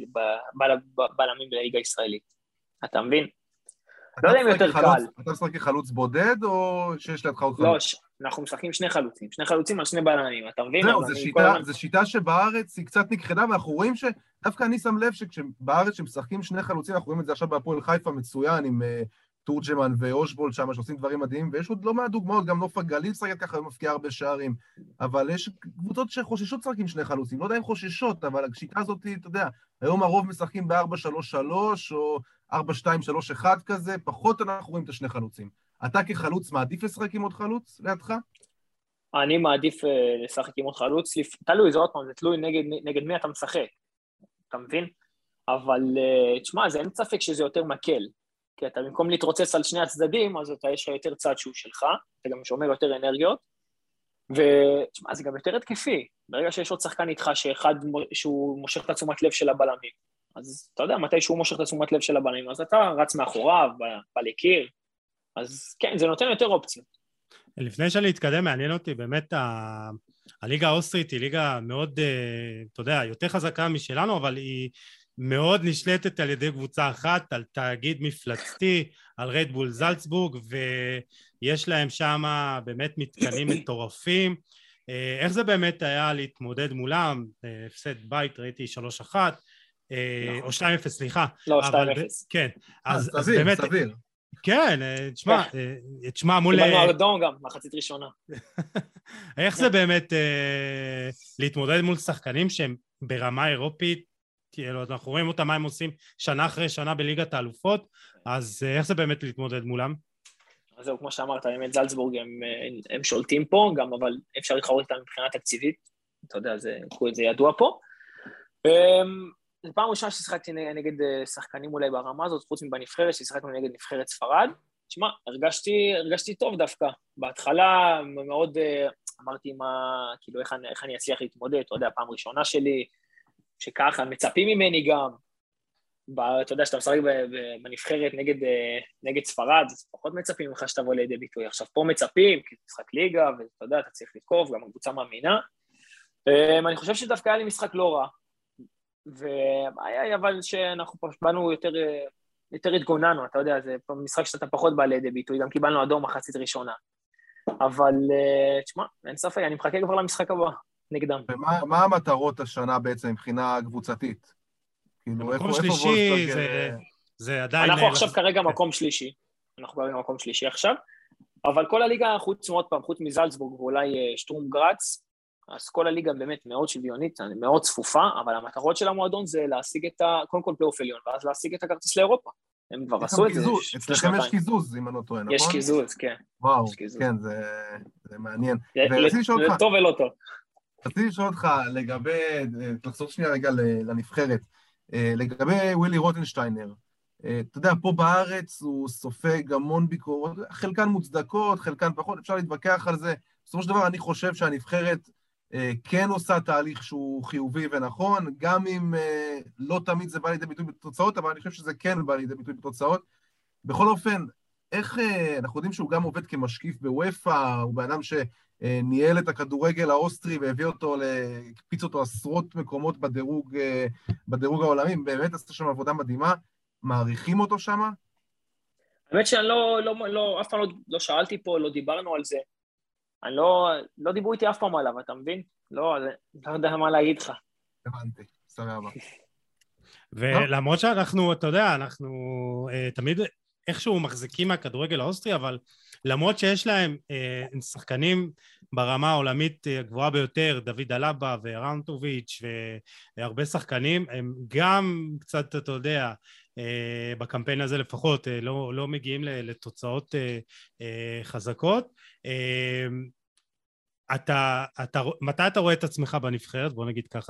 לבלמים בליגה הישראלית, אתה מבין? לא יודע אם יותר קל. אתה משחק כחלוץ בודד או שיש לידך עוד חלוץ? לא, אנחנו משחקים שני חלוצים על שני בלמים, אתה מבין? זו שיטה שבארץ היא קצת נכחדה, ואנחנו רואים שדווקא אני שם לב שבארץ שמשחקים שני חלוצים, אנחנו רואים את זה עכשיו בהפועל חיפה מצוין, עם תורג'מן ואושבולד שם, שעושים דברים מדהים, ויש עוד לא מהדוגמאות, גם נוף הגליל משחקת ככה, ומפקיע הרבה שערים, אבל יש קבוצות שחוששות משחקים שני חלוצים, לא יודע אם חוששות, אבל השיטה הזאת, אתה יודע, היום הרוב משחקים ב-4-3-3, או 4-2-3-1 כזה, פחות אנחנו רואים את השני חלוצים. אתה כחלוץ מעדיף לשחק עם עוד חלוץ לידך? אני מעדיף לשחק עם עוד חלוץ, תלוי, זה עוד פעם, זה תלוי נגד מי אתה משחק, אתה מבין? אבל תשמע, זה אין ספק שזה יותר מקל, כי אתה במקום להתרוצץ על שני הצדדים, אז אתה יש לך יותר צד שהוא שלך, אתה גם שומר יותר אנרגיות, ותשמע, זה גם יותר התקפי, ברגע שיש עוד שחקן איתך שהוא מושך את התשומת לב של הבלמים, אז אתה יודע, מתי שהוא מושך את התשומת לב של הבלמים, אז אתה רץ מאחוריו, בא לקיר, אז כן, זה נותן יותר אופציות. לפני שאני אתקדם, מעניין אותי, באמת הליגה האוסטרית היא ליגה מאוד, אתה יודע, יותר חזקה משלנו, אבל היא מאוד נשלטת על ידי קבוצה אחת, על תאגיד מפלצתי, על רדבול זלצבורג, ויש להם שם באמת מתקנים מטורפים. איך זה באמת היה להתמודד מולם? הפסד בית, ראיתי 3-1, או 2-0, סליחה. לא, 2-0. כן, אז באמת... סביר. כן, תשמע, מול... קיבלנו אדום גם, מחצית ראשונה. איך זה באמת להתמודד מול שחקנים שהם ברמה אירופית, אנחנו רואים אותם מה הם עושים שנה אחרי שנה בליגת האלופות, אז איך זה באמת להתמודד מולם? אז זהו, כמו שאמרת, באמת זלצבורג הם שולטים פה, גם אבל אפשר להתחרות איתם מבחינה תקציבית, אתה יודע, זה ידוע פה. זו פעם ראשונה ששיחקתי נגד שחקנים אולי ברמה הזאת, חוץ מבנבחרת, ששיחקנו נגד נבחרת ספרד. תשמע, הרגשתי טוב דווקא. בהתחלה מאוד אמרתי כאילו איך אני אצליח להתמודד, אתה יודע, פעם ראשונה שלי, שככה מצפים ממני גם, אתה יודע, שאתה משחק בנבחרת נגד ספרד, אז פחות מצפים ממך שתבוא לידי ביטוי. עכשיו פה מצפים, כי זה משחק ליגה, ואתה יודע, אתה צריך לתקוף, גם הקבוצה מאמינה. אני חושב שדווקא היה לי משחק לא רע. והיה אבל שאנחנו באנו יותר התגוננו, אתה יודע, זה משחק שאתה פחות בא לידי ביטוי, גם קיבלנו אדום מחצית ראשונה. אבל, תשמע, אין ספק, אני מחכה כבר למשחק הבא. נגדם. ומה המטרות השנה בעצם מבחינה קבוצתית? כאילו, במקום איפה שלישי וולסבורג... זה עדיין... אנחנו עכשיו כרגע מקום שלישי. עכשיו, אבל כל הליגה, חוץ מזלצבורג ואולי שטרום גרץ, אז כל הליגה באמת מאוד שוויונית, מאוד צפופה, אבל המטרות של המועדון זה להשיג קודם כל פלייאוף עליון, ואז להשיג את הכרטיס לאירופה. הם כבר עשו את זה. אצלכם יש קיזוז, אם אני לא טועה, נכון? יש קיזוז, כן. וואו, כן, זה מעניין. טוב ולא טוב. רציתי לשאול אותך לגבי, תחזור שנייה רגע לנבחרת, לגבי ווילי רוטנשטיינר. אתה יודע, פה בארץ הוא סופג המון ביקורות, חלקן מוצדקות, חלקן פחות, אפשר להתווכח על זה. בסופו של דבר אני חושב שהנבחרת כן עושה תהליך שהוא חיובי ונכון, גם אם לא תמיד זה בא לידי ביטוי בתוצאות, אבל אני חושב שזה כן בא לידי ביטוי בתוצאות. בכל אופן, איך אנחנו יודעים שהוא גם עובד כמשקיף בוופא, הוא באדם שניהל את הכדורגל האוסטרי והביא אותו, הקפיץ אותו עשרות מקומות בדירוג העולמי, באמת עשתה שם עבודה מדהימה, מעריכים אותו שם? האמת שאני אף פעם לא שאלתי פה, לא דיברנו על זה. לא דיברו איתי אף פעם עליו, אתה מבין? לא יודע מה להגיד לך. הבנתי, סבבה. ולמרות שאנחנו, אתה יודע, אנחנו תמיד איכשהו מחזיקים מהכדורגל האוסטרי, אבל למרות שיש להם שחקנים ברמה העולמית הגבוהה ביותר, דוד אלבה ורנטוביץ' והרבה שחקנים, הם גם קצת, אתה יודע, בקמפיין הזה לפחות, לא מגיעים לתוצאות חזקות. מתי אתה רואה את עצמך בנבחרת? בוא נגיד ככה.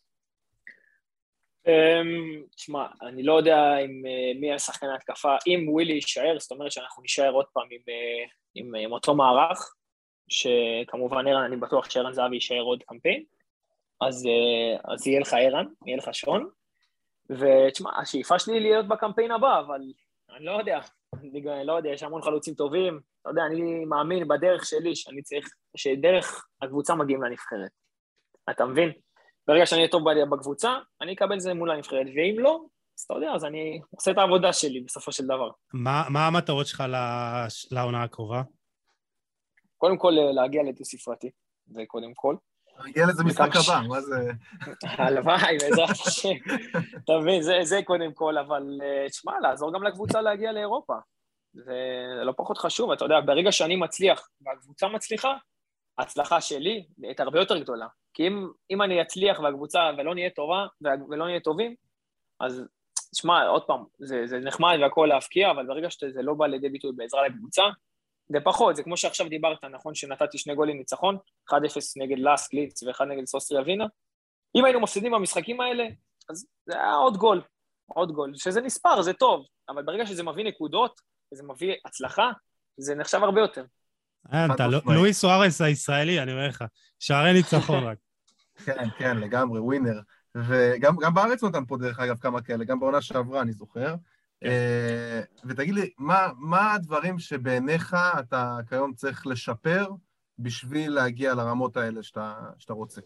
תשמע, אני לא יודע מי השחקן ההתקפה, אם ווילי יישאר, זאת אומרת שאנחנו נשאר עוד פעם עם אותו מערך, שכמובן אני בטוח שערן זהבי יישאר עוד קמפיין, אז יהיה לך ערן, יהיה לך שון, ותשמע, השאיפה שלי להיות בקמפיין הבא, אבל אני לא יודע, יש המון חלוצים טובים, אתה יודע, אני מאמין בדרך שלי, שדרך הקבוצה מגיעים לנבחרת, אתה מבין? ברגע שאני אהיה טוב בקבוצה, אני אקבל זה מול הנבחרת, ואם לא, אז אתה יודע, אז אני עושה את העבודה שלי בסופו של דבר. מה המטרות שלך לעונה הקרובה? קודם כל, להגיע לדו-ספרתי, זה קודם כל. להגיע לזה משחק הבא, מה זה? הלוואי, בעזרת השם. אתה מבין, זה קודם כל, אבל תשמע, לעזור גם לקבוצה להגיע לאירופה. זה לא פחות חשוב, אתה יודע, ברגע שאני מצליח, והקבוצה מצליחה, ההצלחה שלי היא הרבה יותר גדולה. כי אם אני אצליח והקבוצה ולא נהיה טובה, ולא נהיה טובים, אז תשמע, עוד פעם, זה נחמד והכל להפקיע, אבל ברגע שזה לא בא לידי ביטוי בעזרה לקבוצה, זה פחות, זה כמו שעכשיו דיברת, נכון, שנתתי 2 גולים ניצחון, 1-0 נגד לאס קליץ ו1 נגד סוסטריה ווינה, אם היינו מפסידים במשחקים האלה, אז זה היה עוד גול, שזה נספר, זה טוב, אבל ברגע שזה מביא נקודות, וזה מביא הצלחה, זה נחשב הרבה יותר. אתה לואי סוארס הישראלי, אני אומר לך, שערי ניצחון רק. כן, לגמרי, ווינר. וגם בארץ נותן פה דרך אגב כמה כאלה, גם בעונה שעברה, אני זוכר. ותגיד לי, מה הדברים שבעיניך אתה כיום צריך לשפר בשביל להגיע לרמות האלה שאתה רוצה?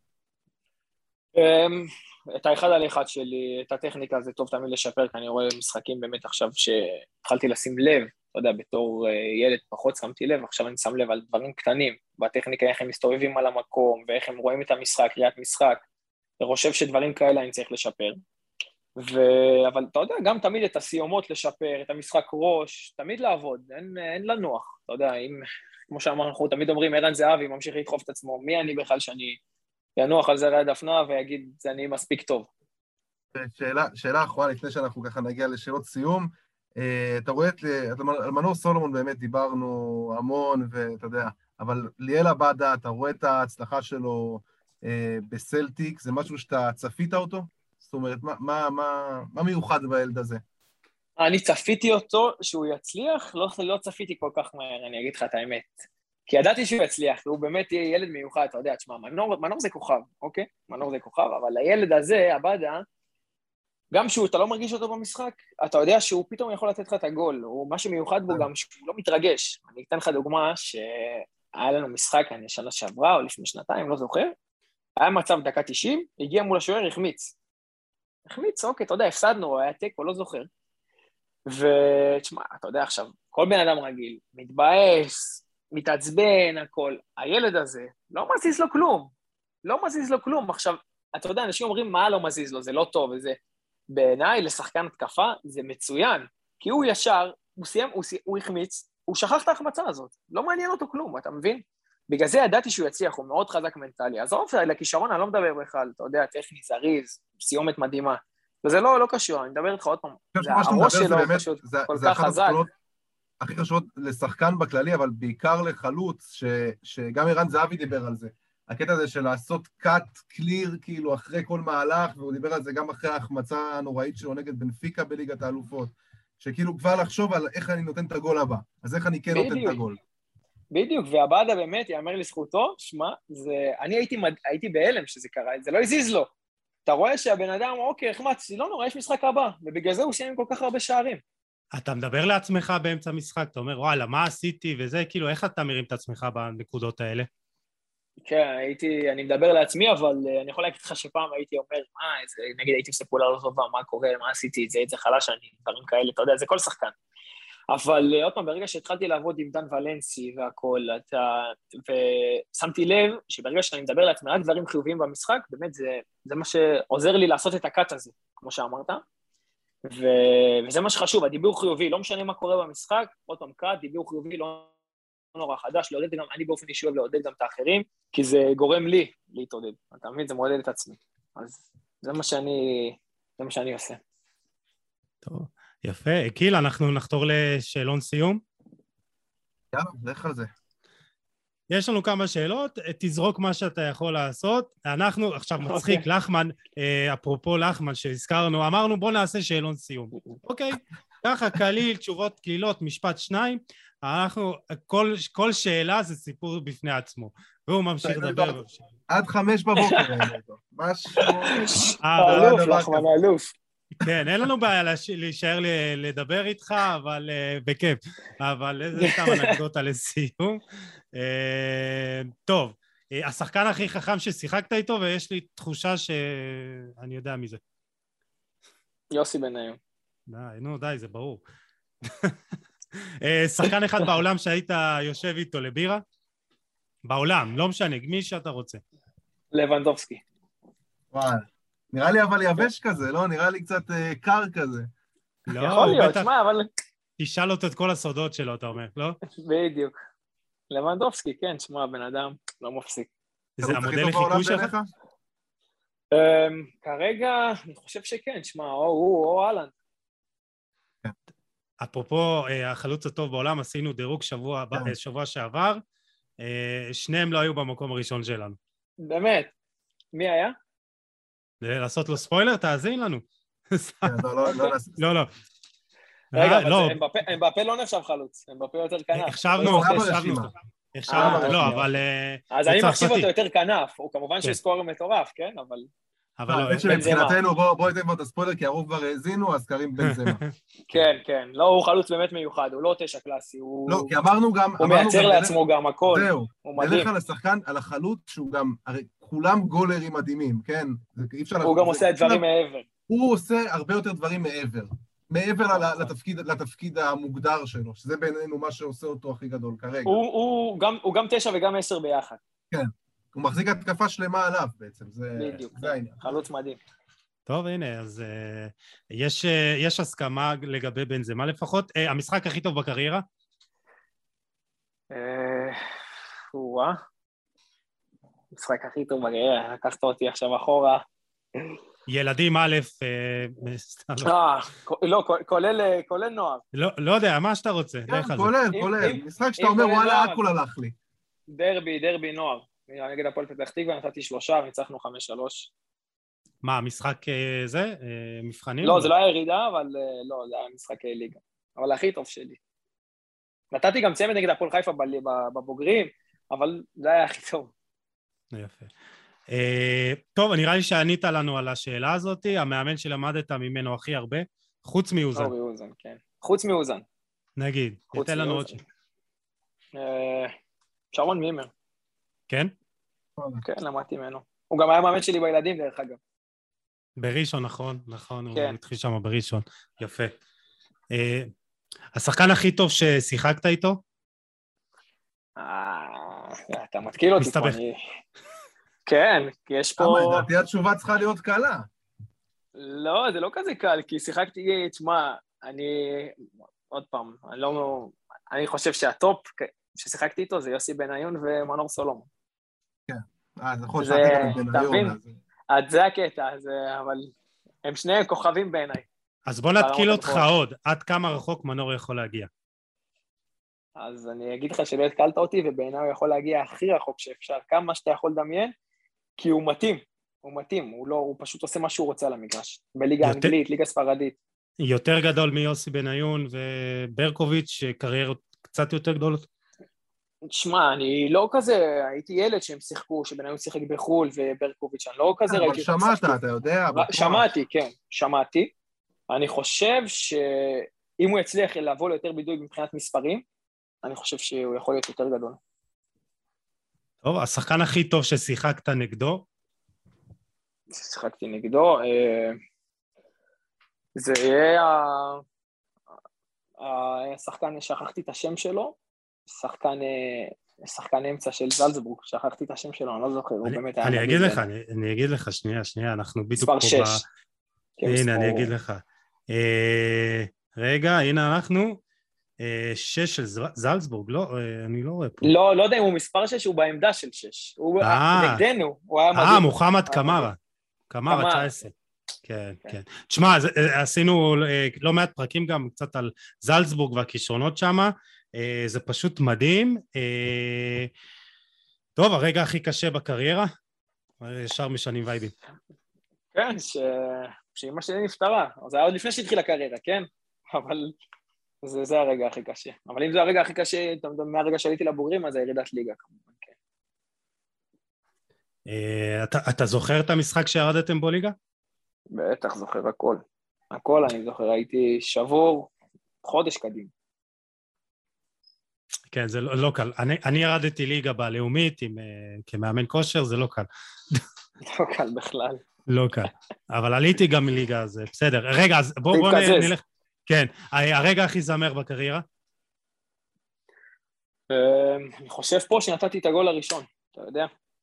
את האחד על אחד שלי, את הטכניקה זה טוב תמיד לשפר, כי אני רואה משחקים באמת עכשיו שהתחלתי לשים לב, אתה יודע, בתור ילד פחות שמתי לב, עכשיו אני שם לב על דברים קטנים, בטכניקה איך הם מסתובבים על המקום, ואיך הם רואים את המשחק, ראיית משחק, וחושב שדברים כאלה אני צריך לשפר. אבל אתה יודע, גם תמיד את הסיומות לשפר, את המשחק ראש, תמיד לעבוד, אין לנוח, אתה יודע, כמו שאמרנו, אנחנו תמיד אומרים, ערן זהבי ממשיך לדחוף את עצמו, מי אני בכלל שאני ינוח על זרי הדפנה ויגיד, זה אני מספיק טוב. שאלה אחרונה, לפני שאנחנו ככה נגיע לשאלות סיום, אתה רואה על מנור סולומון באמת דיברנו המון, ואתה יודע, אבל ליאל עבדה, אתה רואה את ההצלחה שלו בסלטיק, זה משהו שאתה צפית אותו? זאת אומרת, מה מיוחד בילד הזה? אני צפיתי אותו שהוא יצליח, לא צפיתי כל כך מהר, אני אגיד לך את האמת. כי ידעתי שהוא יצליח, והוא באמת יהיה ילד מיוחד, אתה יודע, תשמע, מנור זה כוכב, אוקיי? מנור זה כוכב, אבל הילד הזה, עבדה, גם שאתה לא מרגיש אותו במשחק, אתה יודע שהוא פתאום יכול לתת לך את הגול, מה שמיוחד בו גם שהוא לא מתרגש. אני אתן לך דוגמה שהיה לנו משחק, אני שנה שעברה או לפני שנתיים, לא זוכר, היה מצב דקה 90, הגיע מול השוער, החמיץ, אוקיי, אתה יודע, הפסדנו, היה טק, או לא זוכר. ותשמע, אתה יודע עכשיו, כל בן אדם רגיל, מתבאס, מתעצבן, הכל. הילד הזה לא מרסיס לו כלום. לא מזיז לו כלום. עכשיו, אתה יודע, אנשים אומרים, מה לא מזיז לו, זה לא טוב, וזה... בעיניי, לשחקן התקפה, זה מצוין, כי הוא ישר, הוא סיים, הוא החמיץ, הוא שכח את ההחמצה הזאת, לא מעניין אותו כלום, אתה מבין? בגלל זה ידעתי שהוא יצליח, הוא מאוד חזק מנטלי, אז עזוב, לכישרון אני לא מדבר בכלל, אתה יודע, טכני, זריז, סיומת מדהימה, וזה לא קשור, אני מדבר איתך עוד פעם, זה הראש שלו פשוט כל כך חזק. הכי חשובות לשחקן בכללי, אבל בעיקר לחלוץ, שגם ערן זהבי דיבר על זה, הקטע הזה של לעשות קאט קליר, כאילו, אחרי כל מהלך, והוא דיבר על זה גם אחרי ההחמצה הנוראית שלו נגד בנפיקה בליגת האלופות, שכאילו כבר לחשוב על איך אני נותן את הגול הבא, אז איך אני כן נותן את הגול. בדיוק, והבאדה באמת, יאמר לזכותו, שמה, אני הייתי בהלם שזה קרה, זה לא הזיז לו. אתה רואה שהבן אדם, אוקיי, החמצתי, לא נורא, יש משחק הבא, ובגלל זה הוא סיים עם כל כך הרבה שערים. אתה מדבר לעצמך באמצע משחק, אתה אומר, וואלה, מה עשיתי, וזה, כאילו, איך אתה מרים את עצמך בנקודות האלה? כן, אני מדבר לעצמי, אבל אני יכול להגיד לך שפעם הייתי אומר, נגיד הייתי עושה פעולה לא טובה, מה קורה, מה עשיתי, זה חלש, דברים כאלה, אתה יודע, זה כל שחקן. אבל עוד פעם, ברגע שהתחלתי לעבוד עם דן ולנסי והכל, ושמתי לב שברגע שאני מדבר לעצמי רק דברים חיוביים במשחק, באמת זה מה שעוזר לי לעשות את הקאט הזה, כמו שאמרת, וזה מה שחשוב, הדיבור חיובי, לא משנה מה קורה במשחק, עוד פעם קאט, דיבור חיובי, לא נורא חדש, לעודד גם, אני באופן אישי אוהב לעודד גם את האחרים, כי זה גורם לי להתעודד, אתה מבין, זה מעודד את עצמי, אז זה מה שאני עושה. טוב. יפה, קיל, אנחנו נחתור לשאלון סיום. יאללה, לך על זה. יש לנו כמה שאלות, תזרוק מה שאתה יכול לעשות. אנחנו, עכשיו מצחיק, לחמן, אפרופו לחמן שהזכרנו, אמרנו בוא נעשה שאלון סיום. אוקיי, ככה קליל, תשובות קלילות, משפט 2, אנחנו, כל שאלה זה סיפור בפני עצמו, והוא ממשיך לדבר. עד 5 בבוקר. משהו... אלוף, לחמן, אלוף. כן, אין לנו בעיה להישאר לדבר איתך, אבל בכיף. אבל זה סתם אנקדוטה לסיום. טוב, השחקן הכי חכם ששיחקת איתו, ויש לי תחושה שאני יודע מי זה. יוסי בניון. נו, די, זה ברור. שחקן אחד בעולם שהיית יושב איתו לבירה? בעולם, לא משנה, מי שאתה רוצה. לבנדובסקי. וואלה. נראה לי אבל יבש כזה, לא? נראה לי קצת קר כזה. לא, יכול להיות, שמע, אבל... תשאל אותו את כל הסודות שלו, אתה אומר, לא? בדיוק. לבנדובסקי, כן, שמע, בן אדם לא מפסיק. זה המודל לחיקוי שלך? כרגע, אני חושב שכן, שמע, או אהלנד. אפרופו החלוץ הטוב בעולם, עשינו דירוג שבוע שעבר, שניהם לא היו במקום הראשון שלנו. באמת? מי היה? לעשות לו ספוילר, תאזין לנו. לא. רגע, אמבפה לא נחשב חלוץ, אמבפה יותר כנף. החשבנו לא, אבל... אז אני מחשיב אותו יותר כנף, הוא כמובן שסקורר מטורף, כן, אבל... אבל מבחינתנו, בואו ניתן את הספוילר, כי הרוב כבר האזינו, אז קרים בנזמה. כן, לא, הוא חלוץ באמת מיוחד, הוא לא 9 קלאסי, לא, כי אמרנו גם... הוא מייצר לעצמו גם הכל. זהו, נלך על השחקן, על החלוץ, שהוא גם, הרי כולם גולרים מדהימים, כן? הוא גם עושה דברים מעבר. הוא עושה הרבה יותר דברים מעבר לתפקיד המוגדר שלו, שזה בינינו מה שעושה אותו הכי גדול כרגע. הוא גם 9 וגם 10 ביחד. כן. הוא מחזיק התקפה שלמה עליו בעצם, בדיוק, זה העניין. חלוץ מדהים. טוב, הנה, אז יש הסכמה לגבי בנזמה לפחות. המשחק הכי טוב בקריירה? המשחק הכי טוב בקריירה, לקחת אותי עכשיו אחורה. ילדים א', לא, כולל נוער. לא יודע, מה שאתה רוצה, דרך על זה. כולל, משחק שאתה אומר, וואלה, הכל הלך לי. דרבי נוער. נגד הפועל פתח תקווה, נתתי 3 וניצחנו 5-3. מה, משחק זה? מבחנים? לא, זה לא היה ירידה, אבל לא, זה היה משחק ליגה. אבל הכי טוב שלי. נתתי גם צמד נגד הפועל חיפה בבוגרים, אבל זה היה הכי טוב. יפה. טוב, נראה לי שענית לנו על השאלה הזאת, המאמן שלמדת ממנו הכי הרבה, חוץ מאוזן. אורי אוזן, כן. חוץ מאוזן. נגיד, תתן לנו עוד שרון מימר. כן? כן, למדתי ממנו. הוא גם היה מאמן שלי בילדים, דרך אגב. בראשון, נכון, הוא התחיל שם בראשון. יפה. השחקן הכי טוב ששיחקת איתו? אתה מתקיל אותי פה. כן, כי יש פה... לדעתי התשובה צריכה להיות קלה. לא, זה לא כזה קל, כי שיחקתי, תשמע, עוד פעם, אני חושב שהטופ ששיחקתי איתו זה יוסי בניון ומנור סולומון. כן, אז יכול שאלתי גם את בניון. זה הקטע, אבל הם שניהם כוכבים בעיניי. אז בוא נתקיל אותך עוד, עד כמה רחוק מנור יכול להגיע? אז אני אגיד לך שלא התקלת אותי, ובעיניי הוא יכול להגיע הכי רחוק שאפשר, כמה שאתה יכול לדמיין, כי הוא מתאים, הוא פשוט עושה מה שהוא רוצה על המגרש, בליגה האנגלית, ליגה ספרדית. יותר גדול מיוסי בניון וברקוביץ', קריירות קצת יותר גדולות? תשמע, אני לא כזה, הייתי ילד שהם שיחקו, שבניון שיחק בחול וברקוביץ', אני לא כזה ראיתי... אבל שמעת, אתה יודע? שמעתי, כן, שמעתי. אני חושב שאם הוא יצליח לבוא ליותר בידוי מבחינת מספרים, אני חושב שהוא יכול להיות יותר גדול. טוב, השחקן הכי טוב ששיחקת נגדו? שיחקתי נגדו, זה יהיה השחקן, שכחתי את השם שלו, שחקן אמצע של זלצבורג, שכחתי את השם שלו, אני לא זוכר, הוא באמת היה... אני אגיד לך, שנייה, אנחנו בדיוק פה... מספר 6. הנה, אני אגיד לך. רגע, הנה אנחנו, 6 של זלצבורג, לא, אני לא רואה פה. לא יודע אם הוא מספר 6, הוא בעמדה של 6. הוא נגדנו, הוא היה מדהים. מוחמד קמרה, 19. כן. תשמע, עשינו לא מעט פרקים גם קצת על זלצבורג והכישרונות שם, זה פשוט מדהים. טוב, הרגע הכי קשה בקריירה, ישר משנים וייבים. כן, שאמא שלי נפטרה, זה היה עוד לפני שהתחילה הקריירה, כן? אבל זה הרגע הכי קשה. אבל אם זה הרגע הכי קשה, מהרגע שעליתי לבוגרים, אז זה ירידת ליגה, כמובן, כן. אתה זוכר את המשחק שירדתם בו ליגה? בטח, זוכר הכל. הכל אני זוכר, הייתי שבור חודש קדים. כן, זה לא קל. אני ירדתי ליגה בלאומית כמאמן כושר, זה לא קל. לא קל בכלל. לא קל. אבל עליתי גם מליגה, אז בסדר. רגע, אז בואו נלך. כן, הרגע הכי זמר בקריירה? אני חושב פה שנתתי את הגול הראשון, אתה יודע?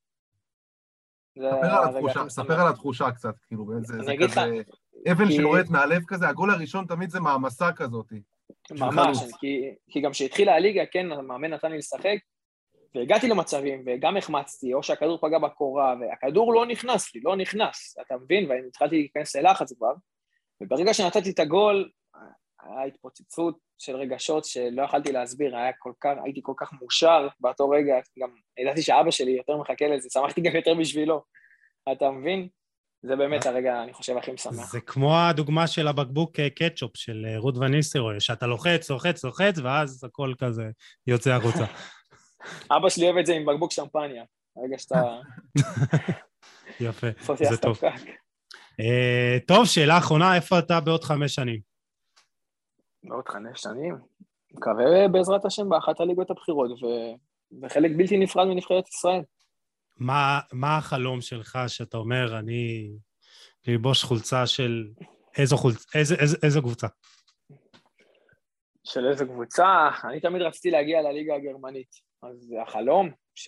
ספר על התחושה קצת, כאילו, זה כזה אבן שיורדת מהלב כזה, הגול הראשון תמיד זה מעמסה כזאת. ממש, כי גם שהתחילה הליגה, כן, המאמן נתן לי לשחק, והגעתי למצבים, וגם החמצתי, או שהכדור פגע בקורה, והכדור לא נכנס לי, לא נכנס, אתה מבין? ואני התחלתי להיכנס ללחץ כבר, וברגע שנתתי את הגול, היה התפוצצות של רגשות שלא יכלתי להסביר, הייתי כל כך מאושר באותו רגע, גם ידעתי שאבא שלי יותר מחכה לזה, שמחתי גם יותר בשבילו, אתה מבין? זה באמת הרגע, אני חושב, הכי משמח. זה כמו הדוגמה של הבקבוק קטשופ של רות וניסטלרוי, שאתה לוחץ, ואז הכל כזה יוצא החוצה. אבא שלי אוהב את זה עם בקבוק שמפניה, הרגע שאתה... יפה, זה טוב. טוב, שאלה אחרונה, איפה אתה בעוד 5 שנים? בעוד 5 שנים? מקווה בעזרת השם באחת הליגות הבחירות, וחלק בלתי נפרד מנבחרת ישראל. מה החלום שלך שאתה אומר, אני ללבוש חולצה של איזו קבוצה? של איזו קבוצה? אני תמיד רציתי להגיע לליגה הגרמנית, אז החלום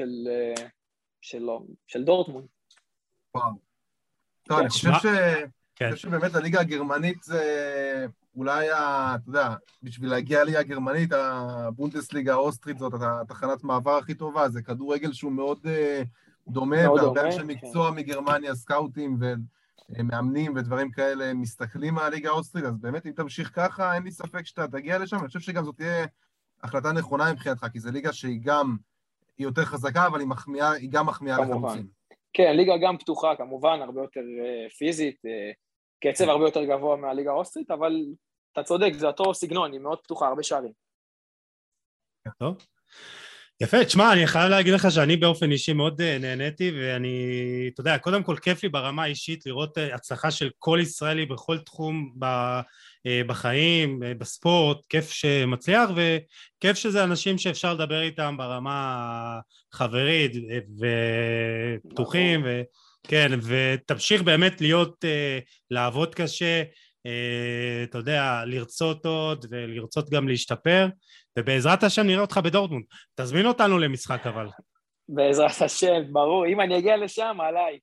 של דורטמונד. וואו. טוב, אני חושב שבאמת הליגה הגרמנית זה אולי, אתה יודע, בשביל להגיע לליגה הגרמנית, הבונדסליגה האוסטרית זאת התחנת מעבר הכי טובה, זה כדורגל שהוא מאוד דומה, והרבה אנשי מקצוע מגרמניה, סקאוטים ומאמנים ודברים כאלה מסתכלים על הליגה האוסטרית, אז באמת אם תמשיך ככה, אין לי ספק שאתה תגיע לשם, אני חושב שגם זאת תהיה החלטה נכונה מבחינתך, כי זו ליגה שהיא גם, היא יותר חזקה, אבל היא גם מחמיאה לחלוצים. כן, ליגה גם פתוחה, כמובן, הרבה יותר פיזית, קצב הרבה יותר גבוה מהליגה האוסטרית, אבל אתה צודק, זה אותו סגנון, היא מאוד פתוחה, הרבה שערים. טוב. יפה, תשמע, אני חייב להגיד לך שאני באופן אישי מאוד נהניתי, ואני, אתה יודע, קודם כל כיף לי ברמה האישית לראות הצלחה של כל ישראלי בכל תחום בחיים, בספורט, כיף שמצליח, וכיף שזה אנשים שאפשר לדבר איתם ברמה חברית ופתוחים, כן, ותמשיך באמת לעבוד קשה, אתה יודע, לרצות עוד ולרצות גם להשתפר, ובעזרת השם נראה אותך בדורטמונד. תזמין אותנו למשחק אבל. בעזרת השם, ברור. אם אני אגיע לשם, עליי.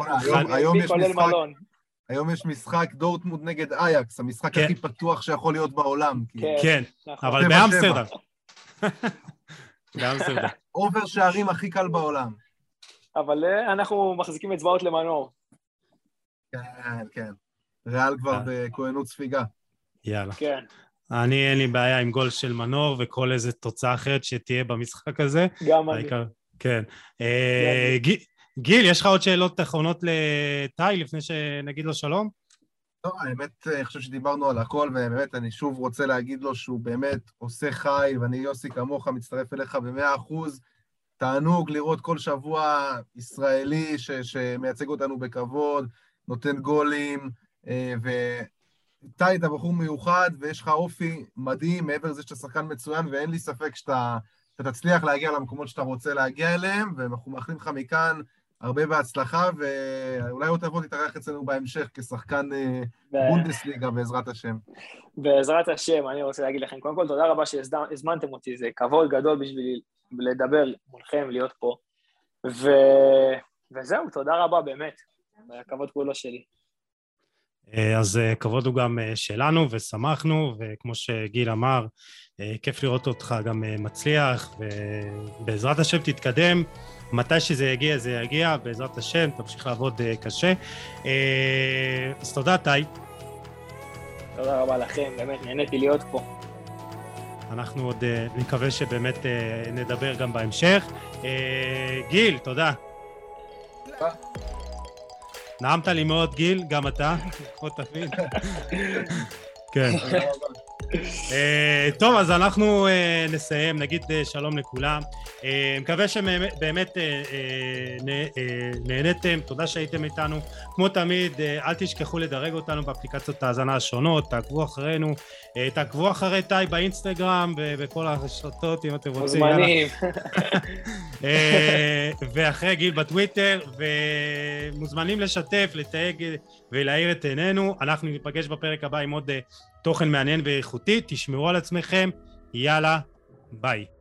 היום יש משחק דורטמונד נגד אייקס, המשחק הכי פתוח שיכול להיות בעולם. כן, אבל באמסטרדם. באמסטרדם. אובר שערים הכי קל בעולם. אבל אנחנו מחזיקים אצבעות למנור. כן, כן. ריאל כבר בכהנות ספיגה. יאללה. כן. אין לי בעיה עם גול של מנור וכל איזה תוצאה אחרת שתהיה במשחק הזה. גם אני. כן. גיל, יש לך עוד שאלות אחרונות לטי לפני שנגיד לו שלום? לא, האמת, אני חושב שדיברנו על הכל, ובאמת אני שוב רוצה להגיד לו שהוא באמת עושה חי, ואני יוסי כמוך מצטרף אליך ב100%. תענוג לראות כל שבוע ישראלי שמייצג אותנו בכבוד, נותן גולים, ואתה היית בחור מיוחד, ויש לך אופי מדהים, מעבר לזה שאתה שחקן מצוין, ואין לי ספק שאתה תצליח להגיע למקומות שאתה רוצה להגיע אליהם, ואנחנו מאחלים לך מכאן הרבה בהצלחה, ואולי עוד תבוא תתארח אצלנו בהמשך כשחקן בונדסליגה בעזרת השם. בעזרת השם, אני רוצה להגיד לכם, קודם כל תודה רבה שהזמנתם אותי, זה כבוד גדול בשבילי לדבר מולכם, להיות פה, וזהו, תודה רבה באמת, הכבוד כולו שלי. אז כבוד הוא גם שלנו ושמחנו, וכמו שגיל אמר, כיף לראות אותך גם מצליח, ובעזרת השם תתקדם, מתי שזה יגיע זה יגיע, בעזרת השם תמשיך לעבוד קשה. אז תודה טי. תודה רבה לכם, באמת נהניתי להיות פה. אנחנו עוד נקווה שבאמת נדבר גם בהמשך. גיל, תודה. תודה. נעמת לי מאוד גיל, גם אתה, כמו תמיד. כן. טוב, אז אנחנו נסיים, נגיד שלום לכולם. מקווה שבאמת נהניתם, תודה שהייתם איתנו. כמו תמיד, אל תשכחו לדרג אותנו באפליקציות ההאזנה השונות, תעקבו אחרינו, תעקבו אחרי טי באינסטגרם ובכל הרשתות אם אתם רוצים. מוזמנים. ואחרי גיל בטוויטר, ומוזמנים לשתף, לתייג ולהאיר את עינינו. אנחנו ניפגש בפרק הבא עם עוד תוכן מעניין ואיכותי. תשמרו על עצמכם, יאללה, ביי.